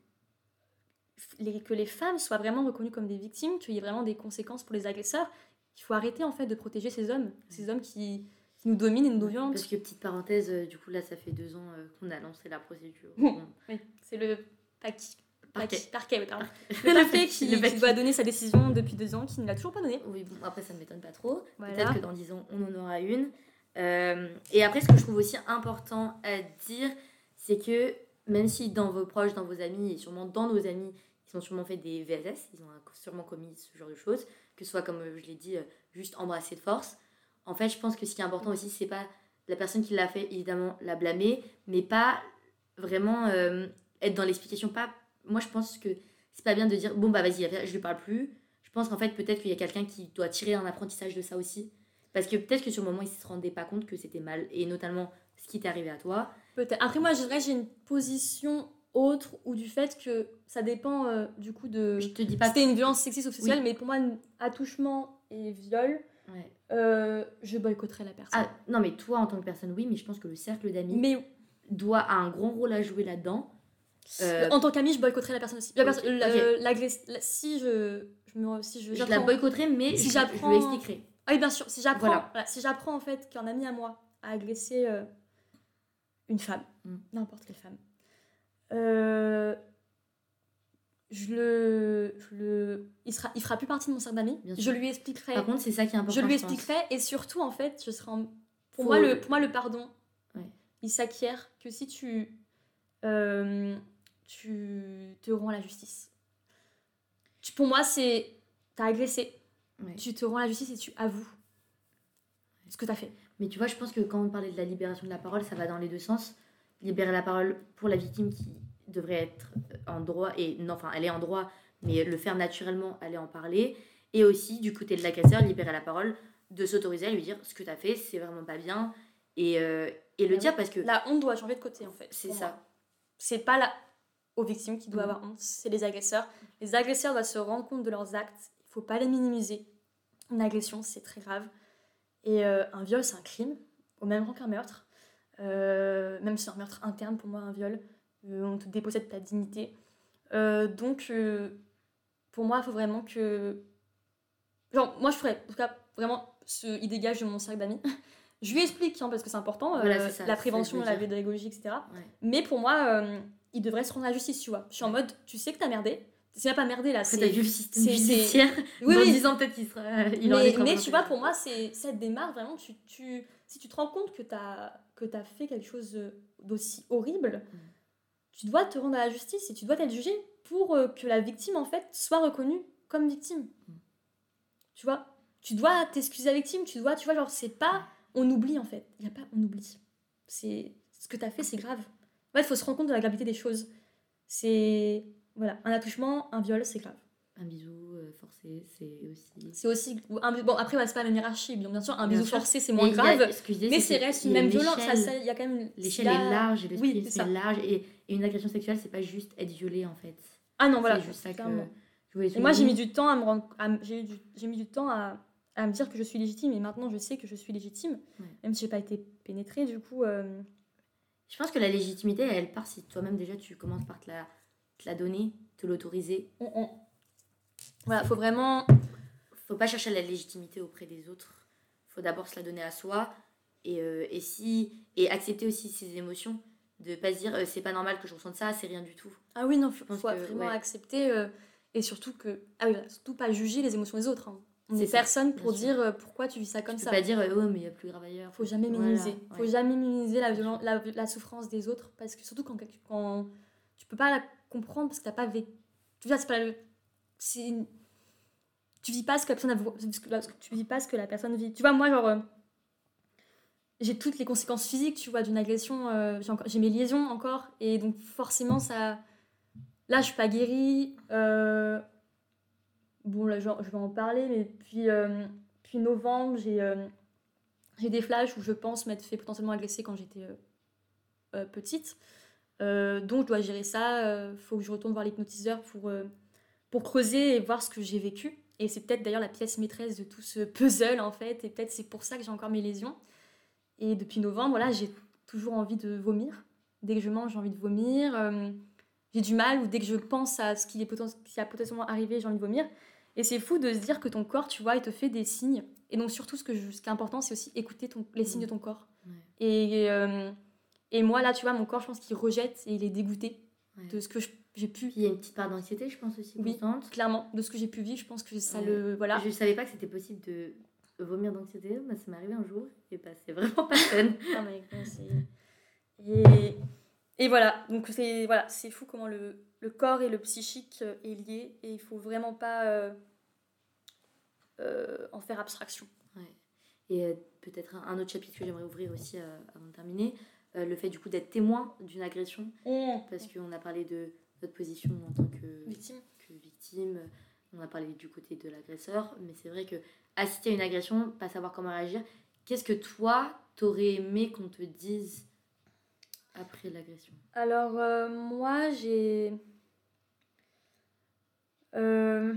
les- que les femmes soient vraiment reconnues comme des victimes, qu'il y ait vraiment des conséquences pour les agresseurs. Il faut arrêter en fait de protéger ces hommes, ces hommes qui, qui nous dominent et nous violentent. Parce que, petite parenthèse, euh, du coup, là, ça fait deux ans euh, qu'on a lancé la procédure. Bon. Bon, Oui, c'est le paquet. parquet. Parquet, parquet, oui, pardon. Le Le parquet qui, le qui paquet. doit donner sa décision depuis deux ans, qui ne l'a toujours pas donnée. Oui, bon, après, ça ne m'étonne pas trop. Voilà. Peut-être que dans dix ans, on en aura une. Euh, et après, ce que je trouve aussi important à dire, c'est que même si dans vos proches, dans vos amis, et sûrement dans nos amis, ils ont sûrement fait des V S S, ils ont sûrement commis ce genre de choses, que ce soit, comme euh, je l'ai dit, euh, juste embrasser de force. En fait, je pense que ce qui est important aussi, c'est pas la personne qui l'a fait, évidemment, la blâmer, mais pas vraiment euh, être dans l'explication. Pas... Moi, je pense que c'est pas bien de dire, bon, bah vas-y, je lui parle plus. Je pense qu'en fait, peut-être qu'il y a quelqu'un qui doit tirer un apprentissage de ça aussi. Parce que peut-être que sur le moment, il ne se rendait pas compte que c'était mal, et notamment ce qui t'est arrivé à toi. Peut-être. Après, moi, je dirais que j'ai une position autre, ou du fait que ça dépend euh, du coup de. Je te dis pas C'était une violence sexiste ou sexuelle, Oui. mais pour moi, un attouchement et viol, Ouais. euh, je boycotterais la personne. Ah, non, mais toi, en tant que personne, oui, mais je pense que le cercle d'amis mais doit a un grand rôle à jouer là-dedans. Euh, en tant qu'ami, je boycotterais la personne aussi. La Ok, perso- la- ok. l'agresse- la- si je, je me, si je, je la j'apprends- boycotterai, mais Si je, j'apprends- je lui expliquerai. Ah oui, bien sûr. Si j'apprends, Voilà. voilà, si j'apprends en fait qu'un ami à moi a agressé euh, une femme, Mm. n'importe quelle femme, euh, je le, je le, il sera, il fera plus partie de mon cercle d'amis. Bien Je sûr. lui expliquerai. Par contre, c'est ça qui est important. je lui pense. expliquerai et surtout en fait, je serai en- pour Faut- moi le, pour moi le pardon, Ouais. il s'acquiert que si tu, euh, tu te rends à la justice. Tu- pour moi, c'est t'as agressé. Ouais. Tu te rends à la justice et tu avoues ce que t'as fait. Mais tu vois, je pense que quand on parlait de la libération de la parole, ça va dans les deux sens. Libérer la parole pour la victime qui devrait être en droit, et non, enfin, elle est en droit, mais le faire naturellement, aller en parler. Et aussi, du côté de l'agresseur, libérer la parole, de s'autoriser à lui dire ce que tu as fait, c'est vraiment pas bien. Et, euh, et le Ah dire oui. parce que. La honte doit changer de côté en fait. C'est pour ça. moi. C'est pas la... aux victimes qui doivent Mhm. avoir honte, c'est les agresseurs. Les agresseurs doivent se rendre compte de leurs actes. Il faut pas les minimiser. Une agression, c'est très grave. Et euh, un viol, c'est un crime, au même rang qu'un meurtre. Euh, même si c'est un meurtre interne, pour moi, un viol, euh, on te dépossède ta dignité. Euh, donc, euh, pour moi, il faut vraiment que... Genre, moi, je ferais, en tout cas, vraiment, ce, il dégage de mon cercle d'amis. Je lui explique, hein, parce que c'est important, euh, Voilà, c'est ça, la c'est prévention, ça que la je veux dire. pédagogie, et cetera. Ouais. Mais pour moi, euh, il devrait se rendre à la justice, tu vois. Je suis en mode, tu sais que t'as merdé. C'est pas merdé, là. Après, C'est... t'as vu le système c'est- c'est- judiciaire. Oui, dans oui. dix ans, peut-être qu'il sera. Il aura Mais, des travaux mais tu vois, intéressants. pour moi, c'est cette démarche, vraiment, tu, tu, si tu te rends compte que t'as que t'as fait quelque chose d'aussi horrible, Mm. tu dois te rendre à la justice et tu dois t'être jugé pour euh, que la victime, en fait, soit reconnue comme victime. Mm. Tu vois, tu dois t'excuser à la victime, tu dois, tu vois, genre, c'est pas... On oublie, en fait. Il n'y a pas on oublie. C'est... Ce que t'as fait, c'est grave. En fait, il faut se rendre compte de la gravité des choses. C'est... Voilà, un attouchement, un viol, c'est grave. Un bisou euh, forcé, c'est aussi... C'est aussi... Un... Bon, après, ouais, c'est pas la même hiérarchie. Bien, bien sûr, un bisou Bien sûr. forcé, c'est moins Mais il y a- grave. ce que je disais, Mais c'est c'est que reste il une y a même une violence. Ça, échelle. ça, il y a quand même... L'échelle il y est a- large et le Oui, spectre c'est ça. est large. Et, et une agression sexuelle, c'est pas juste être violé, en fait. Ah non, voilà. C'est juste ça que clairement. je voulais Et moi, j'ai mis souligner. du temps à me rendre... à me- J'ai, eu du... j'ai mis du temps à... à me dire que je suis légitime. Et maintenant, je sais que je suis légitime. Ouais. Même si j'ai pas été pénétrée, du coup... euh, Je pense que la légitimité, elle part si toi-même, déjà, tu commences par te la, te la donner, te l'autoriser. on- on- Voilà, faut vraiment... Faut pas chercher la légitimité auprès des autres. Faut d'abord se la donner à soi. Et, euh, et, si, et accepter aussi ses émotions. De pas se dire, euh, c'est pas normal que je ressente ça, c'est rien du tout. Ah oui, non, faut, pense faut que, vraiment ouais. accepter. euh, Et surtout que... Ah oui, voilà, surtout pas juger les émotions des autres. hein. On C'est n'est ça, personne bien pour sûr. dire euh, pourquoi tu vis ça comme Tu ça. peux pas dire, euh, oh, mais il y a plus grave ailleurs. Faut jamais Voilà, minimiser. ouais. Faut jamais minimiser la, violen- la, la souffrance des autres. Parce que surtout quand, quand tu peux pas la comprendre parce que t'as pas vécu... Tu vois, c'est pas le... C'est... une- Tu vis pas ce que la personne a... vo- ce que la- Tu vis pas ce que la personne vit. Tu vois, moi, genre... euh, J'ai toutes les conséquences physiques, tu vois, d'une agression. euh, j'ai, encore- j'ai mes liaisons encore. Et donc, forcément, ça... Là, je suis pas guérie. euh, Bon, là, je, je vais en parler, mais puis, euh, puis novembre, j'ai, euh, j'ai des flashs où je pense m'être fait potentiellement agresser quand j'étais euh, euh, petite. Euh, donc, je dois gérer ça. Il faut que je retourne voir l'hypnotiseur pour, euh, pour creuser et voir ce que j'ai vécu. Et c'est peut-être d'ailleurs la pièce maîtresse de tout ce puzzle, en fait. Et peut-être c'est pour ça que j'ai encore mes lésions. Et depuis novembre, voilà, j'ai toujours envie de vomir. Dès que je mange, j'ai envie de vomir. Euh, j'ai du mal, ou dès que je pense à ce qui, est poten- qui a potentiellement arrivé, j'ai envie de vomir. Et c'est fou de se dire que ton corps, tu vois, il te fait des signes. Et donc, surtout, ce, que je- ce qui est important, c'est aussi écouter ton, les signes de ton corps. Ouais. Et, euh, et moi, là, tu vois, mon corps, je pense qu'il rejette et il est dégoûté Ouais. de ce que je- j'ai pu, Puis il y a une petite part d'anxiété, je pense aussi, Oui. constante. clairement, de ce que j'ai pu vivre. Je pense que ça Ouais. le. Voilà. Je savais pas que c'était possible de vomir d'anxiété. Moi, ça m'est arrivé un jour. Et bah, c'est vraiment pas fun. Ah, mais, ouais, c'est- et, et voilà, donc c'est voilà, c'est fou comment le, le corps et le psychique euh, est lié. Et il faut vraiment pas euh, euh, en faire abstraction. Ouais. Et euh, peut-être un, un autre chapitre que j'aimerais ouvrir aussi euh, avant de terminer, euh, le fait du coup d'être témoin d'une agression, parce qu'on a parlé de notre position en tant que Victime. que victime, on a parlé du côté de l'agresseur, mais c'est vrai que assister à une agression, pas savoir comment réagir, qu'est-ce que toi, t'aurais aimé qu'on te dise après l'agression? Alors, euh, moi, j'ai. euh,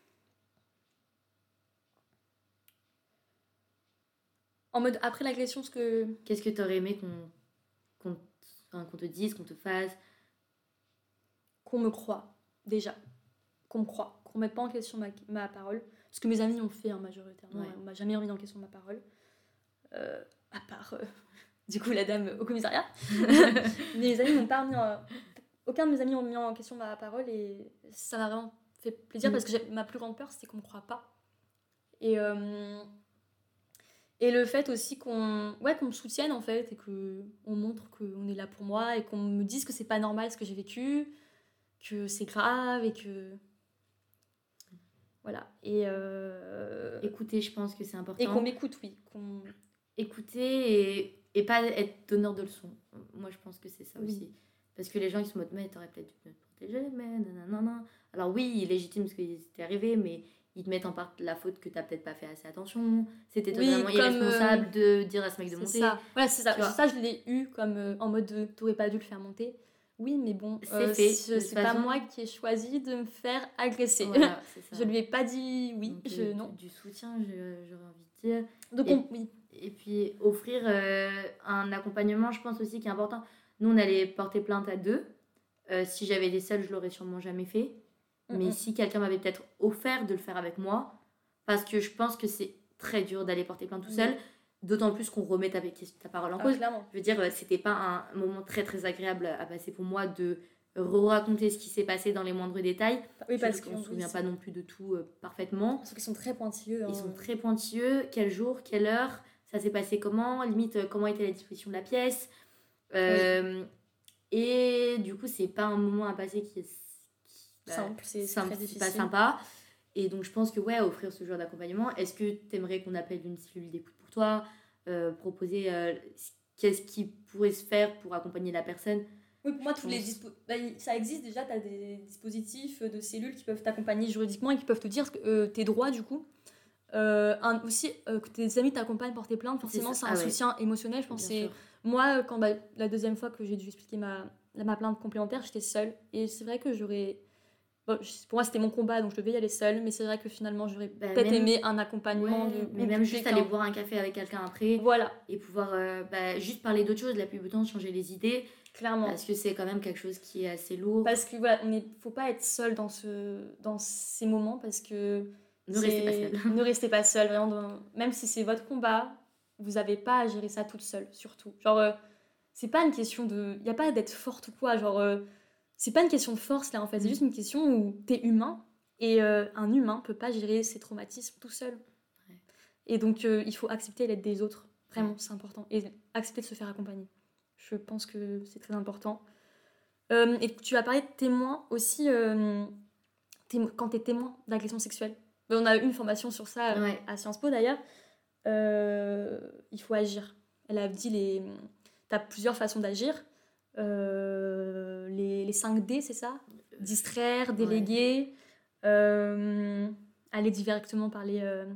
En mode après l'agression, ce que. Qu'est-ce que t'aurais aimé qu'on qu'on enfin, qu'on te dise, qu'on te fasse? Qu'on me croit, déjà. Qu'on me croit. Qu'on mette pas en question ma, ma parole. Ce que mes amis ont fait, hein, majoritairement. Ouais. On m'a jamais remis en question ma parole. Euh, à part, euh, du coup, la dame au commissariat. Mes amis m'ont pas remis en... Aucun de mes amis ont mis en question ma parole et ça m'a vraiment fait plaisir Mm. parce que j'ai- ma plus grande peur, c'était qu'on me croie pas. Et, euh, et le fait aussi qu'on ouais, qu'on me soutienne, en fait, et qu'on montre qu'on est là pour moi et qu'on me dise que c'est pas normal ce que j'ai vécu, que c'est grave et que... Voilà. Et, euh, Écouter, je pense que c'est important. et qu'on m'écoute, oui. Qu'on... Écouter et, et pas être donneur de leçons. Moi, je pense que c'est ça Oui. aussi. Parce que les gens, ils sont en mode, mais t'aurais peut-être dû te protéger, mais nanana. Alors oui, il est légitime ce qui t'est arrivé, mais ils te mettent en part la faute que t'as peut-être pas fait assez attention. C'était Oui, totalement comme, irresponsable de dire à ce mec de C'est monter. ça. Voilà, c'est ça. Tu vois. Ça, je l'ai eu comme euh, en mode de, t'aurais pas dû le faire monter. Oui, mais bon, C'est euh, fait, c'est de c'est toute pas façon. moi qui ai choisi de me faire agresser. Voilà, c'est ça. Je lui ai pas dit oui, Donc, je euh, non. Du, du soutien, je- j'aurais envie de dire. Donc et- on, oui, Et puis offrir euh, un accompagnement, je pense aussi qui est important. Nous, on allait porter plainte à deux. Euh, si j'avais été seule, je l'aurais sûrement jamais fait. Mais Mhm. si quelqu'un m'avait peut-être offert de le faire avec moi, parce que je pense que c'est très dur d'aller porter plainte tout Oui. seul, d'autant plus qu'on remet ta, ta parole en Ah, cause. clairement. Je veux dire, euh, c'était pas un moment très très agréable à passer pour moi de re-raconter ce qui s'est passé dans les moindres détails. Oui, parce qu'on qu'on ne se souvient pas non plus de tout euh, parfaitement. Parce qu'ils sont très pointilleux. hein. Ils sont très pointilleux. Quel jour, quelle heure, ça s'est passé comment, limite euh, comment était la disposition de la pièce. Euh, Et du coup, c'est pas un moment à passer qui est, qui- bah, simple, c'est, c'est simple, très c'est difficile. pas sympa. Et donc je pense que ouais, offrir ce genre d'accompagnement, est-ce que tu aimerais qu'on appelle une cellule d'écoute pour toi, euh, proposer euh, qu'est-ce qui pourrait se faire pour accompagner la personne? Oui, pour moi, Je tous les pense. dispo- bah, il- ça existe déjà, tu as des dispositifs de cellules qui peuvent t'accompagner juridiquement et qui peuvent te dire que, euh, tes droits, du coup. Euh, un- aussi, euh, que tes amis t'accompagnent pour tes plaintes, forcément, C'est c'est ça. un Ah ouais, soutien émotionnel. Je pense bien que c'est. sûr. Moi, euh, quand bah, la deuxième fois que j'ai dû expliquer ma, ma plainte complémentaire, j'étais seule. Et c'est vrai que j'aurais. Bon, je- pour moi, c'était mon combat, donc je devais y aller seule. Mais c'est vrai que finalement, j'aurais Bah, peut-être même, aimé un accompagnement ouais, de. mais ou même de juste quelqu'un. aller boire un café avec quelqu'un après Voilà, et pouvoir euh, bah, juste parler d'autre chose, la plupart du temps, changer les idées, clairement. parce que c'est quand même quelque chose qui est assez lourd. Parce que voilà, on est, faut pas être seul dans, ce, dans ces moments parce que. Ne restez pas c'est- seul. Ne restez pas seul, vraiment. dans- Même si c'est votre combat, vous n'avez pas à gérer ça toute seule, surtout. Genre, euh, c'est pas une question de. Il n'y a pas d'être forte ou quoi. Genre, euh, c'est pas une question de force là en fait. C'est Mm. juste une question où t'es humain et euh, un humain peut pas gérer ses traumatismes tout seul. Ouais. Et donc, euh, il faut accepter l'aide des autres. Vraiment, Ouais. c'est important. Et accepter de se faire accompagner. Je pense que c'est très important. Euh, et tu as parlé de témoins aussi, euh, témo- quand tu es témoin d'agression sexuelle. Ben, on a eu une formation sur ça euh, Ouais. à Sciences Po d'ailleurs. Euh, il faut agir. Elle a dit les. Tu as plusieurs façons d'agir. Euh, les, les cinq D, c'est ça? Distraire, Ouais. déléguer, euh, aller directement parler euh,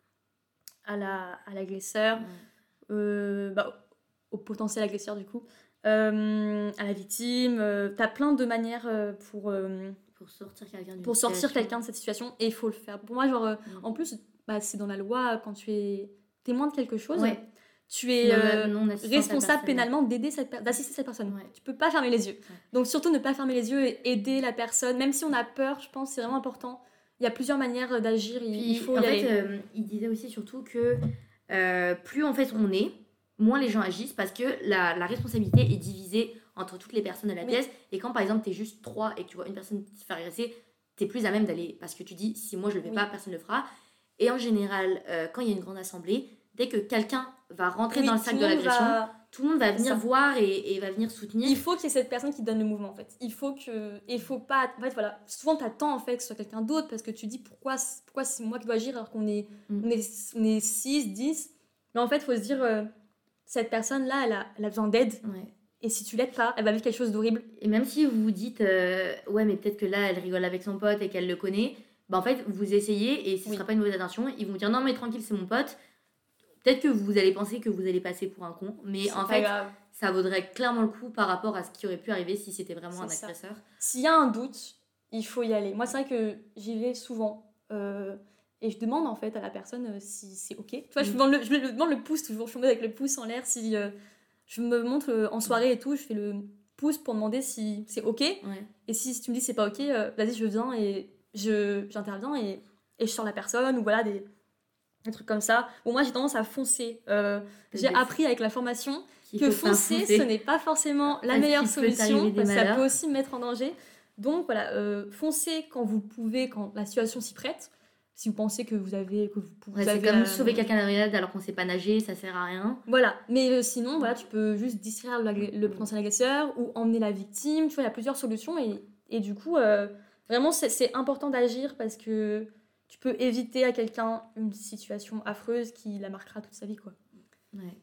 à, la, à l'agresseur, Ouais. euh, bah, au potentiel agresseur du coup, euh, à la victime. Euh, t'as plein de manières euh, pour, euh, Pour sortir quelqu'un d'une pour sortir situation. quelqu'un de cette situation et il faut le faire. Pour moi, genre, euh, Mm. en plus, bah, c'est dans la loi, quand tu es témoin de quelque chose, Ouais. tu es Non, euh, non, assistance responsable personnelle. pénalement d'aider cette per- d'assister cette personne. Ouais. Tu peux pas fermer les yeux. Ouais. Donc surtout ne pas fermer les yeux et aider la personne, même si on a peur, je pense, c'est vraiment important. Il y a plusieurs manières d'agir, il, Puis, il faut y en aller. fait, euh, il disait aussi surtout que euh, plus en fait on est, moins les gens agissent parce que la, la responsabilité est divisée entre toutes les personnes de la Oui. pièce. Et quand par exemple t'es juste trois et que tu vois une personne se faire agresser, t'es plus à même d'aller parce que tu dis si moi je le fais Oui. pas, personne ne le fera. Et en général, euh, quand il y a une grande assemblée, dès que quelqu'un va rentrer Oui, dans le tout sac le de monde l'agression, va- tout le monde va venir ça. voir et, et va venir soutenir. Il faut qu'il y ait cette personne qui donne le mouvement en fait. Il faut que. Il faut pas. En fait, voilà. Souvent, t'attends en fait que ce soit quelqu'un d'autre parce que tu dis pourquoi, pourquoi c'est moi qui dois agir alors qu'on est, Mm. on est, on est six, dix. Mais en fait, il faut se dire euh, cette personne-là, elle a, elle a besoin d'aide. Ouais. Et si tu l'aides pas, elle va vivre quelque chose d'horrible. Et même si vous vous dites, euh, ouais, mais peut-être que là, elle rigole avec son pote et qu'elle le connaît, bah en fait, vous essayez et ce Oui. sera pas une mauvaise intention. Ils vont dire, non, mais tranquille, c'est mon pote. Peut-être que vous allez penser que vous allez passer pour un con, mais C'est en pas fait, grave. ça vaudrait clairement le coup par rapport à ce qui aurait pu arriver si c'était vraiment un C'est ça. agresseur. S'il y a un doute, il faut y aller. Moi, c'est vrai que j'y vais souvent. euh, et je demande en fait à la personne euh, si c'est ok. Tu vois, je, Mm. me demande le, je me demande le pouce toujours. Je me mets avec le pouce en l'air. Si euh, je me montre euh, en soirée et tout, je fais le pouce pour demander si c'est ok. Ouais. Et si, si tu me dis c'est pas ok, euh, vas-y, je viens et je, j'interviens et, et je sors la personne ou voilà des, des trucs comme ça. Bon, moi, j'ai tendance à foncer. Euh, j'ai Des- appris avec la formation qu'il que faut pas foncer, foncer. ce n'est pas forcément la Parce meilleure qu'il peut t'arriver solution, des parce que ça malheurs. peut aussi me mettre en danger. Donc voilà, euh, foncez quand vous pouvez, quand la situation s'y prête. Si vous pensez que vous avez, que vous, vous Ouais, c'est avez comme la- sauver quelqu'un de la noyade alors qu'on sait pas nager, ça sert à rien. Voilà, mais euh, sinon, voilà, tu peux juste distraire l'agré- le potentiel agresseur ou emmener la victime. Tu vois, il y a plusieurs solutions et, et du coup, euh, vraiment, c'est, c'est important d'agir parce que tu peux éviter à quelqu'un une situation affreuse qui la marquera toute sa vie, quoi. Ouais.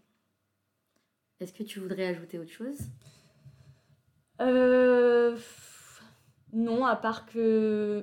Est-ce que tu voudrais ajouter autre chose? Euh... Non, à part que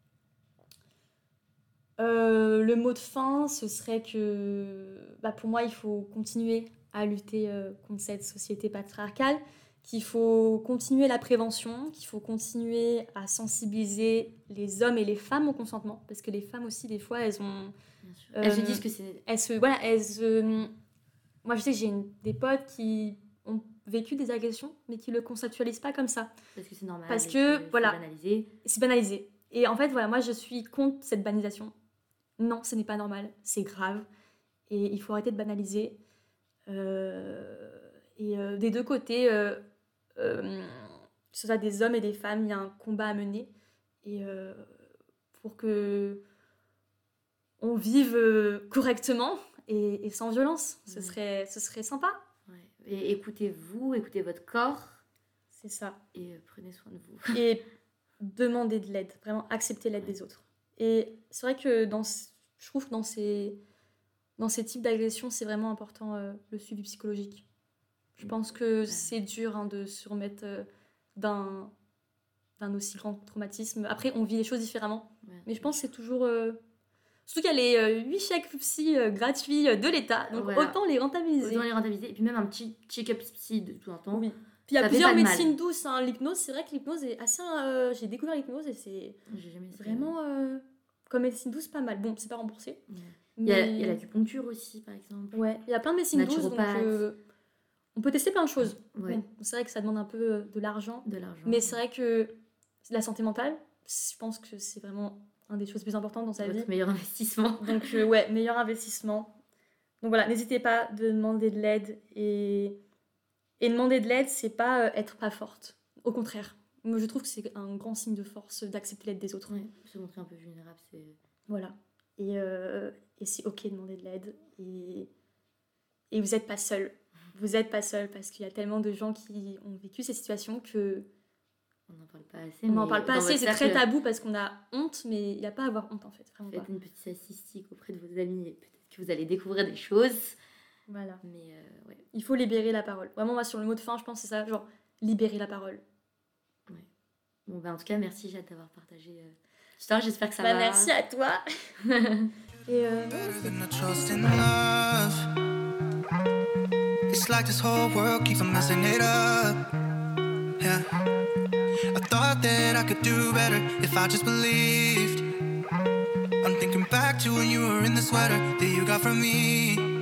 euh, le mot de fin, ce serait que bah, pour moi, il faut continuer à lutter euh, contre cette société patriarcale, qu'il faut continuer la prévention, qu'il faut continuer à sensibiliser les hommes et les femmes au consentement, parce que les femmes aussi, des fois, elles ont... Bien sûr. Elles se Euh, disent que c'est. elles se, voilà, elles se- Moi, je sais que j'ai une- des potes qui ont vécu des agressions, mais qui le conceptualisent pas comme ça. Parce que c'est normal. Parce et que, c'est voilà. banalisé. C'est banalisé. Et en fait, voilà, moi, je suis contre cette banalisation. Non, ce n'est pas normal, c'est grave. Et il faut arrêter de banaliser. Euh, et euh, des deux côtés, euh, euh, que ce soit des hommes et des femmes, il y a un combat à mener. Et euh, pour que on vive euh, correctement et, et sans violence, ce Ouais. serait, ce serait sympa. Ouais. Et écoutez-vous, écoutez votre corps C'est ça. et euh, prenez soin de vous. Et demander de l'aide, vraiment accepter l'aide des autres. Et c'est vrai que dans, je trouve que dans ces, dans ces types d'agressions, c'est vraiment important euh, le suivi psychologique. Je pense que Ouais. c'est dur hein, de se remettre euh, d'un, d'un aussi grand traumatisme. Après, on vit les choses différemment. Ouais. Mais je pense que c'est toujours... Euh... Surtout qu'il y a les huit chèques psy euh, gratuits euh, de l'État, donc Voilà. autant les rentabiliser. Autant les rentabiliser. Et puis même un petit check-up psy de tout un temps. Oui. Puis il y a Ça fait plusieurs pas de mal. médecines douces. Hein. L'hypnose, c'est vrai que l'hypnose est assez... euh, J'ai découvert l'hypnose et c'est J'ai jamais essayé. vraiment, euh, comme médecine douce, pas mal. Bon, c'est pas remboursé. Ouais. Mais... Il, y a, il y a l'acupuncture aussi, par exemple. Ouais, il y a plein de médecines douces, donc Naturopathe. euh, on peut tester plein de choses. Ouais. Bon, c'est vrai que ça demande un peu euh, de l'argent, De l'argent. mais c'est vrai que la santé mentale, je pense que c'est vraiment une des choses les plus importantes dans sa Votre vie. meilleur investissement. Donc euh, ouais, meilleur investissement. Donc voilà, n'hésitez pas de demander de l'aide et, et demander de l'aide, c'est pas euh, être pas forte. Au contraire, moi je trouve que c'est un grand signe de force d'accepter l'aide des autres. Ouais, se montrer un peu vulnérable, c'est... Voilà. Et, euh, et c'est ok de demander de l'aide. Et, et vous n'êtes pas seul. Vous n'êtes pas seul parce qu'il y a tellement de gens qui ont vécu ces situations que On n'en parle pas assez. on n'en parle pas dans assez. votre C'est cercle, très tabou parce qu'on a honte, mais il n'y a pas à avoir honte en fait. Vraiment Faites pas. une petite statistique auprès de vos amis et peut-être que vous allez découvrir des choses. Voilà. Mais euh, ouais. Il faut libérer la parole. Vraiment, moi, sur le mot de fin, je pense que c'est ça. Genre, libérer la parole. Bon, bah, en tout cas, merci Jade d'avoir partagé euh, l'histoire. J'espère que ça Bah, va... merci à toi. Et euh, Better than I trust in love. It's like this whole world keeps on messing it up. Yeah. I thought that I could do better if I just believed. I'm thinking back to when you were in the sweater that you got from me.